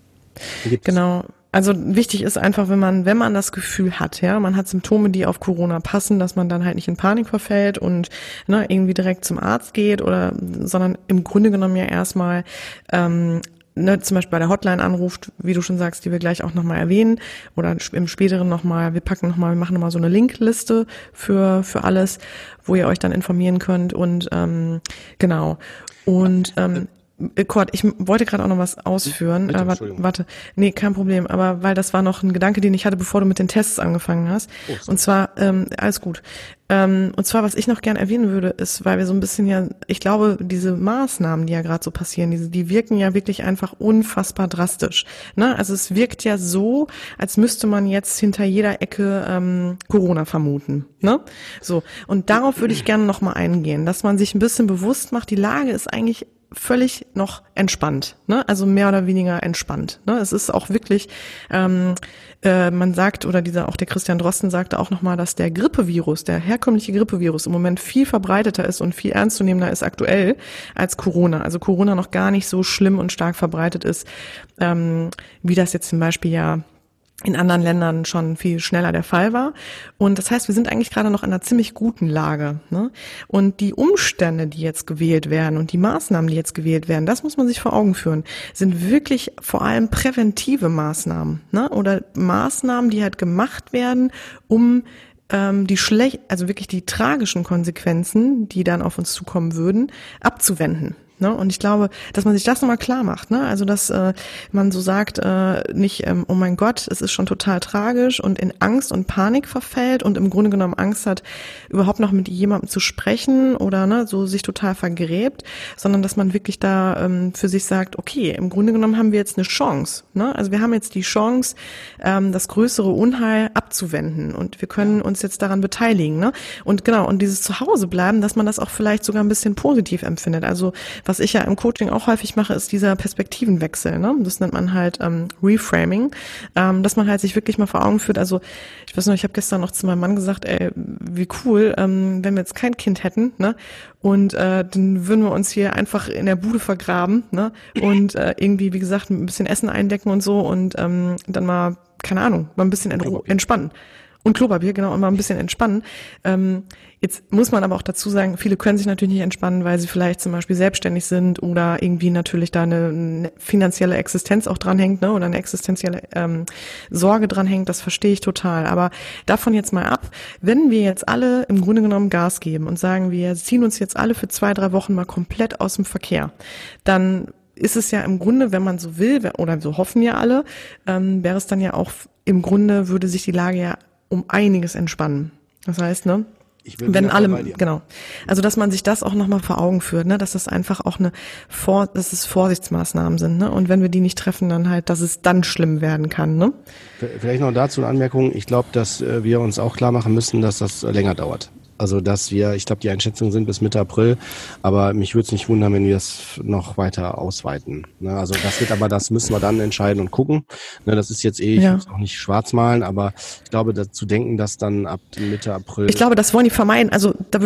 Genau. Also wichtig ist einfach, wenn man, wenn man das Gefühl hat, ja, man hat Symptome, die auf Corona passen, dass man dann halt nicht in Panik verfällt und ne, irgendwie direkt zum Arzt geht oder, sondern im Grunde genommen ja erstmal ähm, Ne, zum Beispiel bei der Hotline anruft, wie du schon sagst, die wir gleich auch nochmal erwähnen oder im späteren nochmal, wir packen nochmal, wir machen nochmal so eine Linkliste für für alles, wo ihr euch dann informieren könnt und ähm, genau und ähm, Kurt, ich wollte gerade auch noch was ausführen. Bitte, äh, warte, nee, kein Problem, aber weil das war noch ein Gedanke, den ich hatte, bevor du mit den Tests angefangen hast. Oh, und zwar, ähm, alles gut. Ähm, und zwar, was ich noch gern erwähnen würde, ist, weil wir so ein bisschen ja, ich glaube, diese Maßnahmen, die ja gerade so passieren, diese, die wirken ja wirklich einfach unfassbar drastisch. Ne? Also es wirkt ja so, als müsste man jetzt hinter jeder Ecke ähm, Corona vermuten. Ne? So. Und darauf würde ich gerne noch mal eingehen, dass man sich ein bisschen bewusst macht, die Lage ist eigentlich völlig noch entspannt, ne? Also mehr oder weniger entspannt. Ne? Es ist auch wirklich, ähm, äh, man sagt, oder dieser auch der Christian Drosten sagte auch nochmal, dass der Grippevirus, der herkömmliche Grippevirus im Moment viel verbreiteter ist und viel ernstzunehmender ist aktuell als Corona. Also Corona noch gar nicht so schlimm und stark verbreitet ist, ähm, wie das jetzt zum Beispiel ja in anderen Ländern schon viel schneller der Fall war. Und das heißt, wir sind eigentlich gerade noch in einer ziemlich guten Lage. Ne? Und die Umstände, die jetzt gewählt werden und die Maßnahmen, die jetzt gewählt werden, das muss man sich vor Augen führen, sind wirklich vor allem präventive Maßnahmen, ne? Oder Maßnahmen, die halt gemacht werden, um ähm, die schlecht, also wirklich die tragischen Konsequenzen, die dann auf uns zukommen würden, abzuwenden. Ne? Und ich glaube, dass man sich das nochmal klar macht, ne? Also dass äh, man so sagt, äh, nicht, ähm, oh mein Gott, es ist schon total tragisch und in Angst und Panik verfällt und im Grunde genommen Angst hat, überhaupt noch mit jemandem zu sprechen oder ne, so sich total vergräbt, sondern dass man wirklich da ähm, für sich sagt, okay, im Grunde genommen haben wir jetzt eine Chance, ne? Also wir haben jetzt die Chance, ähm, das größere Unheil abzuwenden und wir können uns jetzt daran beteiligen, ne? Und genau, und dieses Zuhausebleiben, dass man das auch vielleicht sogar ein bisschen positiv empfindet. Also was ich ja im Coaching auch häufig mache, ist dieser Perspektivenwechsel. Ne? Das nennt man halt ähm, Reframing, ähm, dass man halt sich wirklich mal vor Augen führt. Also ich weiß noch, ich habe gestern noch zu meinem Mann gesagt, ey, wie cool, ähm, wenn wir jetzt kein Kind hätten, ne? Und äh, dann würden wir uns hier einfach in der Bude vergraben, ne? Und äh, irgendwie, wie gesagt, ein bisschen Essen eindecken und so und ähm, dann mal, keine Ahnung, mal ein bisschen entspannen. Und Klopapier, genau, und mal ein bisschen entspannen. Ähm, jetzt muss man aber auch dazu sagen, viele können sich natürlich nicht entspannen, weil sie vielleicht zum Beispiel selbstständig sind oder irgendwie natürlich da eine, eine finanzielle Existenz auch dranhängt, ne, oder eine existenzielle ähm, Sorge dranhängt. Das verstehe ich total. Aber davon jetzt mal ab, wenn wir jetzt alle im Grunde genommen Gas geben und sagen, wir ziehen uns jetzt alle für zwei, drei Wochen mal komplett aus dem Verkehr, dann ist es ja im Grunde, wenn man so will, oder so hoffen ja alle, ähm, wäre es dann ja auch im Grunde, würde sich die Lage ja um einiges entspannen. Das heißt, ne, ich bin wenn alle, genau, also dass man sich das auch nochmal vor Augen führt, ne, dass das einfach auch eine, Vor, dass es Vorsichtsmaßnahmen sind, ne, und wenn wir die nicht treffen, dann halt, dass es dann schlimm werden kann, ne. Vielleicht noch dazu eine Anmerkung. Ich glaube, dass äh, wir uns auch klar machen müssen, dass das äh, länger dauert. Also dass wir, ich glaube, die Einschätzungen sind bis Mitte April, aber mich würde es nicht wundern, wenn wir das noch weiter ausweiten. Ne? Also das wird aber, das müssen wir dann entscheiden und gucken. Ne, das ist jetzt eh, ich ja. will es auch nicht schwarz malen, aber ich glaube, da, zu denken, dass dann ab Mitte April... Ich glaube, das wollen die vermeiden. Also da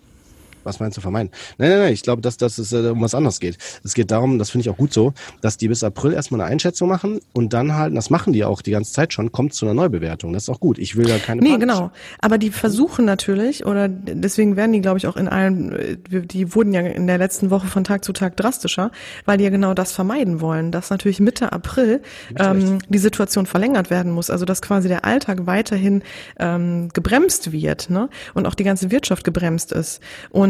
Was meinst du vermeiden? Nein, nein, nein, ich glaube, dass, dass es äh, um was anderes geht. Es geht darum, das finde ich auch gut so, dass die bis April erstmal eine Einschätzung machen und dann halt, das machen die auch die ganze Zeit schon, kommt zu einer Neubewertung. Das ist auch gut. Ich will da keine Nee, Panik. genau. Aber die versuchen natürlich, oder deswegen werden die, glaube ich, auch in allen, die wurden ja in der letzten Woche von Tag zu Tag drastischer, weil die ja genau das vermeiden wollen, dass natürlich Mitte April ähm, die Situation verlängert werden muss. Also dass quasi der Alltag weiterhin ähm, gebremst wird, ne? Und auch die ganze Wirtschaft gebremst ist. Und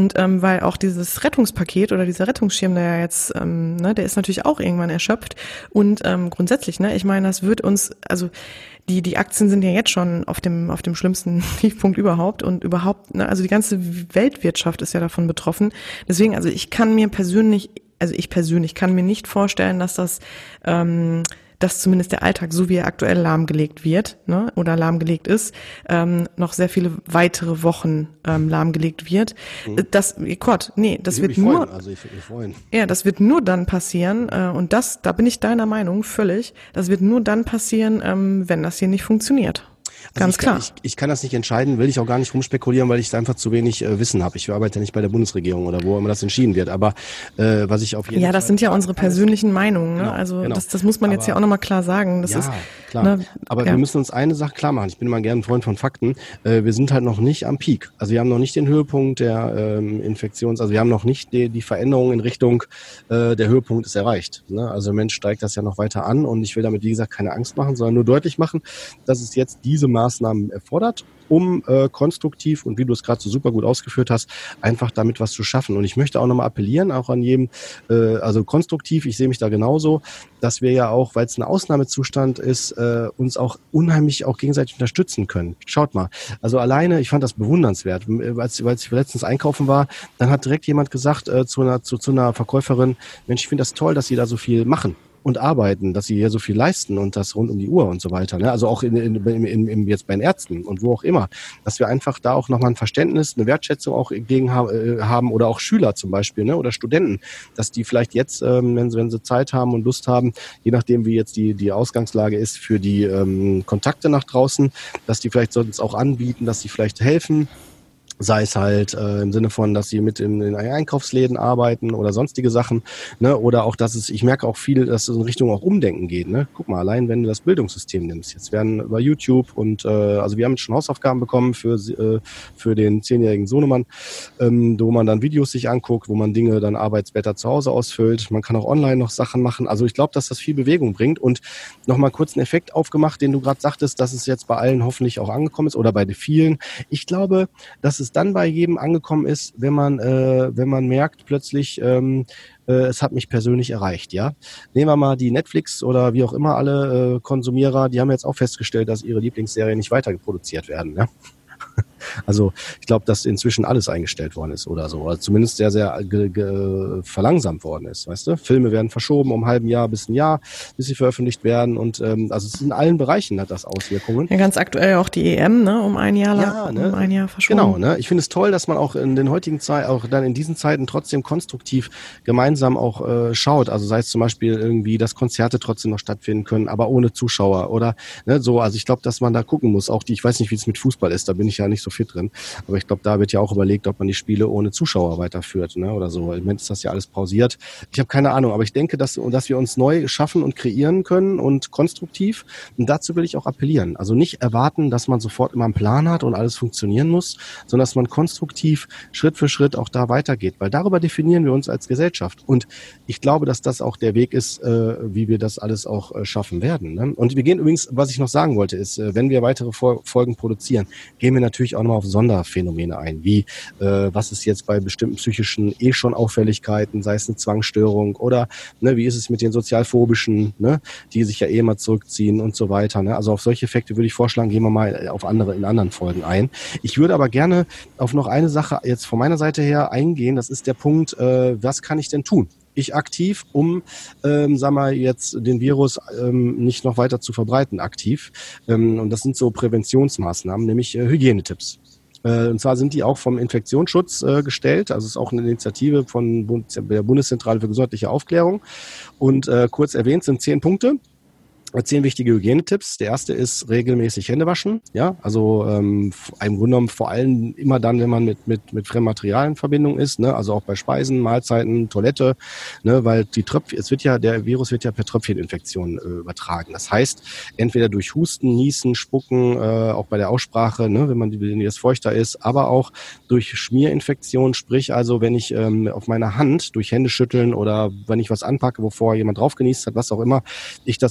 Und ähm, weil auch dieses Rettungspaket oder dieser Rettungsschirm, der ja jetzt, ähm, ne, der ist natürlich auch irgendwann erschöpft. Und ähm, grundsätzlich, ne, ich meine, das wird uns, also die die Aktien sind ja jetzt schon auf dem auf dem schlimmsten Tiefpunkt überhaupt und überhaupt, ne, also die ganze Weltwirtschaft ist ja davon betroffen. Deswegen, also ich kann mir persönlich, also ich persönlich kann mir nicht vorstellen, dass das ähm, dass zumindest der Alltag, so wie er aktuell lahmgelegt wird, ne, oder lahmgelegt ist, ähm, noch sehr viele weitere Wochen ähm, lahmgelegt wird. Mhm. Das, Gott, nee, das ich wird mich nur, freuen. Also ich würde mich freuen. Ja, das wird nur dann passieren, äh, und das, da bin ich deiner Meinung völlig. Das wird nur dann passieren, ähm, wenn das hier nicht funktioniert. Also Ganz ich klar. Kann, ich, ich kann das nicht entscheiden, will ich auch gar nicht rumspekulieren, weil ich da einfach zu wenig äh, Wissen habe. Ich arbeite ja nicht bei der Bundesregierung oder wo immer das entschieden wird. Aber äh, was ich auf jeden Ja, Fall... das sind ja unsere persönlichen Meinungen. Ne? Genau, also genau. das, das muss man aber, jetzt ja auch nochmal klar sagen. Das ja, ist, klar. Ne, aber ja. wir müssen uns eine Sache klar machen. Ich bin immer gerne ein Freund von Fakten. Äh, wir sind halt noch nicht am Peak. Also wir haben noch nicht den Höhepunkt der ähm, Infektions... Also wir haben noch nicht die, die Veränderung in Richtung äh, der Höhepunkt ist erreicht. Ne? Also im Moment steigt das ja noch weiter an und ich will damit, wie gesagt, keine Angst machen, sondern nur deutlich machen, dass es jetzt diese Maßnahmen erfordert, um äh, konstruktiv und wie du es gerade so super gut ausgeführt hast, einfach damit was zu schaffen. Und ich möchte auch nochmal appellieren, auch an jedem, äh, also konstruktiv, ich sehe mich da genauso, dass wir ja auch, weil es ein Ausnahmezustand ist, äh, uns auch unheimlich auch gegenseitig unterstützen können. Schaut mal, also alleine, ich fand das bewundernswert, als, als ich letztens einkaufen war, dann hat direkt jemand gesagt äh, zu, einer, zu, zu einer Verkäuferin, Mensch, ich finde das toll, dass Sie da so viel machen und arbeiten, dass sie hier so viel leisten und das rund um die Uhr und so weiter. Ne? Also auch in, in, in, in, jetzt bei den Ärzten und wo auch immer, dass wir einfach da auch nochmal ein Verständnis, eine Wertschätzung auch gegen haben oder auch Schüler zum Beispiel, ne? Oder Studenten, dass die vielleicht jetzt, ähm, wenn, sie, wenn sie Zeit haben und Lust haben, je nachdem wie jetzt die, die Ausgangslage ist für die ähm, Kontakte nach draußen, dass die vielleicht sonst auch anbieten, dass sie vielleicht helfen, sei es halt äh, im Sinne von, dass sie mit in, in Einkaufsläden arbeiten oder sonstige Sachen, ne? Oder auch, dass es, ich merke auch viel, dass es in Richtung auch Umdenken geht, ne? Guck mal, allein wenn du das Bildungssystem nimmst, jetzt werden über YouTube und äh, also wir haben jetzt schon Hausaufgaben bekommen für äh, für den zehnjährigen Sohnemann, ähm, wo man dann Videos sich anguckt, wo man Dinge dann Arbeitsblätter zu Hause ausfüllt. Man kann auch online noch Sachen machen. Also ich glaube, dass das viel Bewegung bringt und nochmal kurz einen Effekt aufgemacht, den du gerade sagtest, dass es jetzt bei allen hoffentlich auch angekommen ist oder bei den vielen. Ich glaube, dass es dann bei jedem angekommen ist, wenn man äh, wenn man merkt plötzlich, ähm, äh, es hat mich persönlich erreicht, ja. Nehmen wir mal die Netflix oder wie auch immer alle äh, Konsumierer, die haben jetzt auch festgestellt, dass ihre Lieblingsserien nicht weiter produziert werden, ne? Also ich glaube, dass inzwischen alles eingestellt worden ist oder so. Oder zumindest sehr, sehr ge- ge- verlangsamt worden ist, weißt du? Filme werden verschoben um ein halben Jahr bis ein Jahr, bis sie veröffentlicht werden. Und ähm, also es ist in allen Bereichen hat das Auswirkungen. Ja, ganz aktuell auch die E M, ne, um ein Jahr lang, ja, ne? um ein Jahr verschoben. Genau, ne? Ich finde es toll, dass man auch in den heutigen Zeiten, auch dann in diesen Zeiten trotzdem konstruktiv gemeinsam auch äh, schaut. Also sei es zum Beispiel irgendwie, dass Konzerte trotzdem noch stattfinden können, aber ohne Zuschauer oder ne, so. Also ich glaube, dass man da gucken muss. Auch die, ich weiß nicht, wie es mit Fußball ist, da bin ich ja nicht so fit drin. Aber ich glaube, da wird ja auch überlegt, ob man die Spiele ohne Zuschauer weiterführt, ne, oder so. Im Moment ist das ja alles pausiert. Ich habe keine Ahnung, aber ich denke, dass, dass wir uns neu schaffen und kreieren können und konstruktiv. Und dazu will ich auch appellieren. Also nicht erwarten, dass man sofort immer einen Plan hat und alles funktionieren muss, sondern dass man konstruktiv Schritt für Schritt auch da weitergeht. Weil darüber definieren wir uns als Gesellschaft. Und ich glaube, dass das auch der Weg ist, äh, wie wir das alles auch äh, schaffen werden. Ne? Und wir gehen übrigens, was ich noch sagen wollte, ist, äh, wenn wir weitere Fol- Folgen produzieren, gehen wir natürlich auch nochmal auf Sonderphänomene ein, wie äh, was ist jetzt bei bestimmten psychischen eh schon Auffälligkeiten, sei es eine Zwangsstörung oder ne, wie ist es mit den sozialphobischen, ne, die sich ja eh mal zurückziehen und so weiter. Ne? Also auf solche Effekte würde ich vorschlagen, gehen wir mal auf andere in anderen Folgen ein. Ich würde aber gerne auf noch eine Sache jetzt von meiner Seite her eingehen, das ist der Punkt, äh, was kann ich denn tun? Ich aktiv, um, ähm, sag mal, jetzt den Virus ähm, nicht noch weiter zu verbreiten, aktiv. Ähm, und das sind so Präventionsmaßnahmen, nämlich äh, Hygienetipps. Äh, und zwar sind die auch vom Infektionsschutz äh, gestellt. Also es ist auch eine Initiative von Bund, der Bundeszentrale für gesundheitliche Aufklärung. Und äh, kurz erwähnt sind zehn Punkte. Zehn wichtige Hygienetipps. Der erste ist regelmäßig Hände waschen. Ja, also ähm, im Grunde genommen vor allem immer dann, wenn man mit mit mit fremden Materialien in Verbindung ist. Ne, also auch bei Speisen, Mahlzeiten, Toilette. Ne, weil die Tröpfchen, es wird ja der Virus wird ja per Tröpfcheninfektion äh, übertragen. Das heißt, entweder durch Husten, Niesen, Spucken, äh, auch bei der Aussprache, ne, wenn man wenn das feuchter ist, aber auch durch Schmierinfektion. Sprich, also wenn ich ähm, auf meiner Hand durch Hände schütteln oder wenn ich was anpacke, wovor jemand drauf genießt hat, was auch immer, ich das an meiner Hand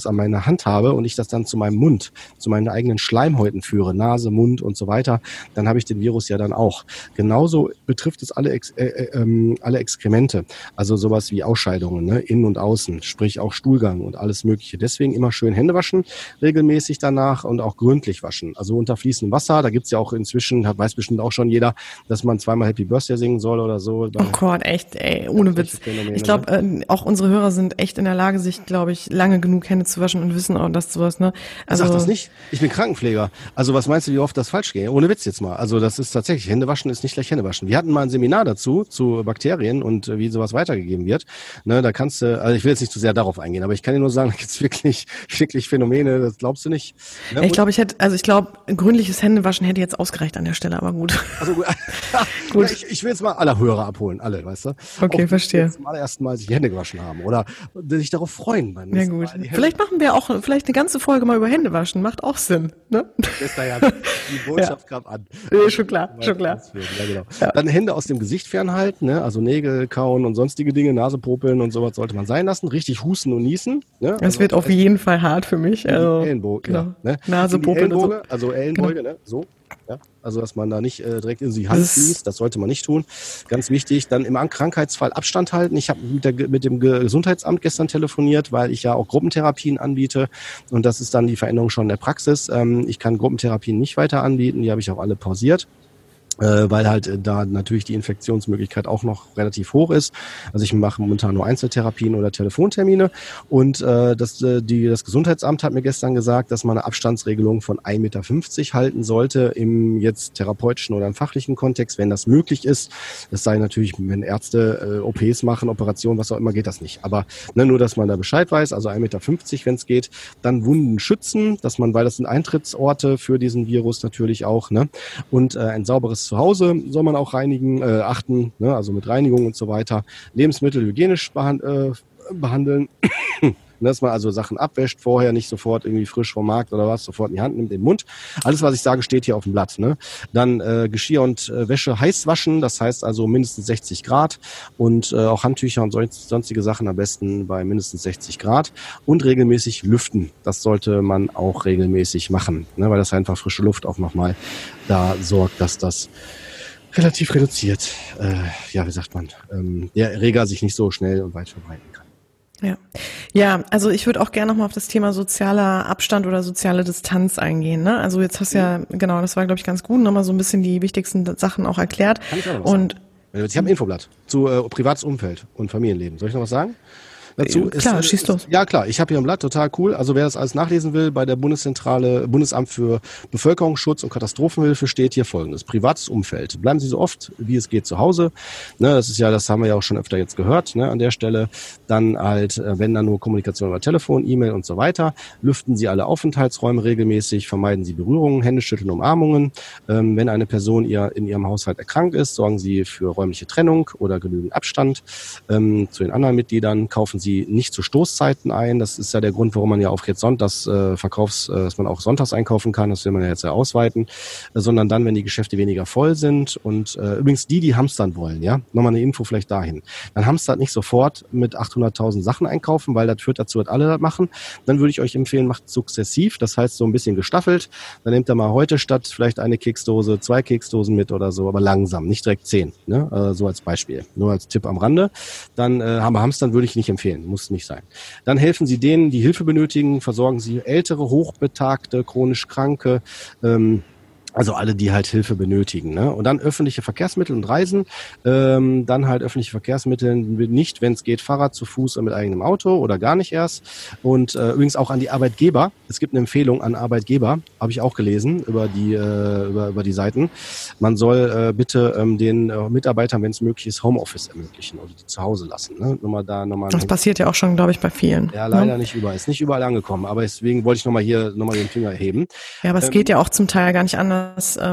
Hand habe und ich das dann zu meinem Mund, zu meinen eigenen Schleimhäuten führe, Nase, Mund und so weiter, dann habe ich den Virus ja dann auch. Genauso betrifft es alle, Ex, äh, äh, alle Exkremente, also sowas wie Ausscheidungen, ne, innen und außen, sprich auch Stuhlgang und alles Mögliche. Deswegen immer schön Hände waschen, regelmäßig danach und auch gründlich waschen. Also unter fließendem Wasser, da gibt's ja auch inzwischen, weiß bestimmt auch schon jeder, dass man zweimal Happy Birthday singen soll oder so. Oh Gott, echt, ey, ohne Witz. Ich glaube, äh, auch unsere Hörer sind echt in der Lage, sich, glaube ich, lange genug Hände zu waschen und wissen auch, dass sowas, ne? Also, sag das nicht. Ich bin Krankenpfleger. Also was meinst du, wie oft das falsch geht? Ohne Witz jetzt mal. Also das ist tatsächlich, Händewaschen ist nicht gleich Händewaschen. Wir hatten mal ein Seminar dazu, zu Bakterien und äh, wie sowas weitergegeben wird. Ne, da kannst du, also ich will jetzt nicht zu sehr darauf eingehen, aber ich kann dir nur sagen, da gibt's wirklich, wirklich Phänomene, das glaubst du nicht. Ne? Ich glaube, ich hätte, also ich glaube, gründliches Händewaschen hätte jetzt ausgereicht an der Stelle, aber gut. Also gut. Gut. Ich, ich will jetzt mal alle Hörer abholen, alle, weißt du? Okay, auch verstehe. Die zum allerersten Mal sich die Hände gewaschen haben oder sich darauf freuen beim nächsten Mal. Ja gut. Vielleicht machen wir auch vielleicht eine ganze Folge mal über Hände waschen, macht auch Sinn, ne? Das ist da ja die Botschaft ja. gerade an. Ja, schon klar, schon klar. Ja, genau. Ja. Dann Hände aus dem Gesicht fernhalten, ne? Also Nägel kauen und sonstige Dinge, Nase popeln und sowas sollte man sein lassen. Richtig husten und niesen. Ne? Das also wird auf jeden Fall hart für mich. Also, Ellenbogen, genau. ja, ne? Nase popeln und so. Also Ellenbeuge, genau. ne? So. Ja, also dass man da nicht äh, direkt in die Hand fließt, das sollte man nicht tun. Ganz wichtig, dann im Krankheitsfall Abstand halten. Ich habe mit, der, mit dem Gesundheitsamt gestern telefoniert, weil ich ja auch Gruppentherapien anbiete und das ist dann die Veränderung schon in der Praxis. Ähm, ich kann Gruppentherapien nicht weiter anbieten, die habe ich auch alle pausiert. Äh, weil halt äh, da natürlich die Infektionsmöglichkeit auch noch relativ hoch ist. Also ich mache momentan nur Einzeltherapien oder Telefontermine und äh, das, äh, die, das Gesundheitsamt hat mir gestern gesagt, dass man eine Abstandsregelung von ein Meter fünfzig halten sollte im jetzt therapeutischen oder im fachlichen Kontext, wenn das möglich ist. Das sei natürlich, wenn Ärzte äh, O Ps machen, Operationen, was auch immer, geht das nicht. Aber ne, nur, dass man da Bescheid weiß, also ein Meter fünfzig, wenn es geht. Dann Wunden schützen, dass man, weil das sind Eintrittsorte für diesen Virus natürlich auch, ne? Und äh, ein sauberes Zuhause soll man auch reinigen, äh, achten, ne, also mit Reinigung und so weiter. Lebensmittel hygienisch behand, äh, behandeln, dass man also Sachen abwäscht, vorher nicht sofort irgendwie frisch vom Markt oder was, sofort in die Hand nimmt, in den Mund. Alles, was ich sage, steht hier auf dem Blatt. Ne? Dann äh, Geschirr und äh, Wäsche heiß waschen, das heißt also mindestens sechzig Grad und äh, auch Handtücher und sonstige Sachen am besten bei mindestens sechzig Grad und regelmäßig lüften. Das sollte man auch regelmäßig machen, ne? Weil das einfach frische Luft auch nochmal da sorgt, dass das relativ reduziert, äh, ja, wie sagt man, ähm, der Erreger sich nicht so schnell und weit verbreiten kann. Ja, ja, also ich würde auch gerne nochmal auf das Thema sozialer Abstand oder soziale Distanz eingehen. Ne? Also jetzt hast du ja, genau, das war, glaube ich, ganz gut, nochmal so ein bisschen die wichtigsten Sachen auch erklärt. Kann ich auch noch was und sagen? Ich habe ein Infoblatt zu äh, privates Umfeld und Familienleben. Soll ich noch was sagen? Dazu klar, ist, schieß los. Ja klar, ich habe hier ein Blatt, total cool. Also wer das alles nachlesen will, bei der Bundeszentrale, Bundesamt für Bevölkerungsschutz und Katastrophenhilfe steht hier Folgendes. Privates Umfeld. Bleiben Sie so oft, wie es geht, zu Hause. Ne, das ist ja, das haben wir ja auch schon öfter jetzt gehört, ne, an der Stelle. Dann halt, wenn dann nur Kommunikation über Telefon, E-Mail und so weiter. Lüften Sie alle Aufenthaltsräume regelmäßig, vermeiden Sie Berührungen, Händeschütteln, Umarmungen. Ähm, wenn eine Person ihr in ihrem Haushalt erkrankt ist, sorgen Sie für räumliche Trennung oder genügend Abstand ähm, zu den anderen Mitgliedern. Kaufen Sie nicht zu Stoßzeiten ein. Das ist ja der Grund, warum man ja auch jetzt sonntags äh, Verkaufs, äh, dass man auch sonntags einkaufen kann. Das will man ja jetzt ja ausweiten. Äh, sondern dann, wenn die Geschäfte weniger voll sind. Und äh, übrigens die, die hamstern wollen, ja, nochmal eine Info vielleicht dahin. Dann hamstert nicht sofort mit achthunderttausend Sachen einkaufen, weil das führt dazu, dass alle das machen. Dann würde ich euch empfehlen, macht sukzessiv. Das heißt so ein bisschen gestaffelt. Dann nehmt ihr mal heute statt vielleicht eine Keksdose, zwei Keksdosen mit oder so, aber langsam, nicht direkt zehn. Ne? Äh, so als Beispiel. Nur als Tipp am Rande. Dann äh, haben wir Hamstern würde ich nicht empfehlen. Muss nicht sein. Dann helfen Sie denen, die Hilfe benötigen, versorgen Sie ältere, hochbetagte, chronisch Kranke, ähm, also alle, die halt Hilfe benötigen. Ne? Und dann öffentliche Verkehrsmittel und Reisen. Ähm, dann halt öffentliche Verkehrsmittel nicht, wenn es geht, Fahrrad, zu Fuß oder mit eigenem Auto oder gar nicht erst. Und äh, übrigens auch an die Arbeitgeber. Es gibt eine Empfehlung an Arbeitgeber, habe ich auch gelesen über die äh, über, über die Seiten. Man soll äh, bitte ähm, den äh, Mitarbeitern, wenn es möglich ist, Homeoffice ermöglichen oder die zu Hause lassen. Ne? Nochmal da, nochmal das passiert ja auch schon, glaube ich, bei vielen. Ja, leider ne? nicht überall. Ist nicht überall angekommen. Aber deswegen wollte ich nochmal hier nochmal den Finger heben. Ja, aber es ähm, geht ja auch zum Teil gar nicht anders. Ähm,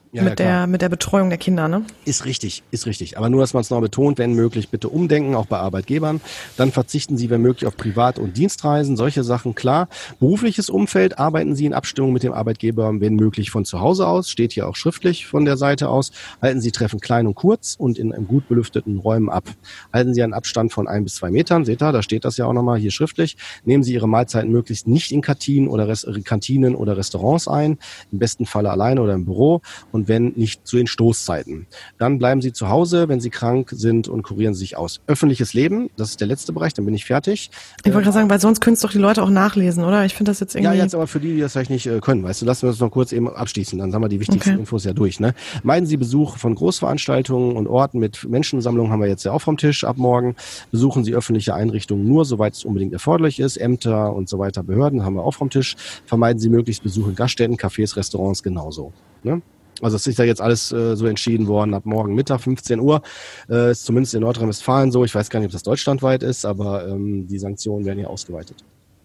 Ja, mit ja, der mit der Betreuung der Kinder, ne? Ist richtig, ist richtig. Aber nur, dass man es noch betont, wenn möglich, bitte umdenken, auch bei Arbeitgebern. Dann verzichten Sie, wenn möglich, auf Privat- und Dienstreisen, solche Sachen, klar. Berufliches Umfeld, arbeiten Sie in Abstimmung mit dem Arbeitgeber, wenn möglich, von zu Hause aus, steht hier auch schriftlich von der Seite aus. Halten Sie Treffen klein und kurz und in einem gut belüfteten Räumen ab. Halten Sie einen Abstand von ein bis zwei Metern, seht ihr, da steht das ja auch nochmal hier schriftlich. Nehmen Sie Ihre Mahlzeiten möglichst nicht in Kantinen oder, Rest- Kantinen oder Restaurants ein, im besten Falle alleine oder im Büro. Und wenn nicht zu den Stoßzeiten. Dann bleiben Sie zu Hause, wenn Sie krank sind und kurieren Sie sich aus. Öffentliches Leben, das ist der letzte Bereich, dann bin ich fertig. Ich wollte gerade sagen, weil sonst können es doch die Leute auch nachlesen, oder? Ich finde das jetzt irgendwie... Ja, jetzt aber für die, die das vielleicht nicht äh, können, weißt du, lassen wir das noch kurz eben abschließen, dann haben wir die wichtigsten Okay. Infos ja durch. Ne? Meiden Sie Besuch von Großveranstaltungen und Orten mit Menschensammlungen, haben wir jetzt ja auch vom Tisch ab morgen. Besuchen Sie öffentliche Einrichtungen nur, soweit es unbedingt erforderlich ist. Ämter und so weiter, Behörden haben wir auch vom Tisch. Vermeiden Sie möglichst Besuch in Gaststätten, Cafés, Restaurants genauso. Ne? Also es ist ja jetzt alles äh, so entschieden worden, ab morgen Mittag, fünfzehn Uhr, äh, ist zumindest in Nordrhein-Westfalen so. Ich weiß gar nicht, ob das deutschlandweit ist, aber ähm, die Sanktionen werden ja ausgeweitet.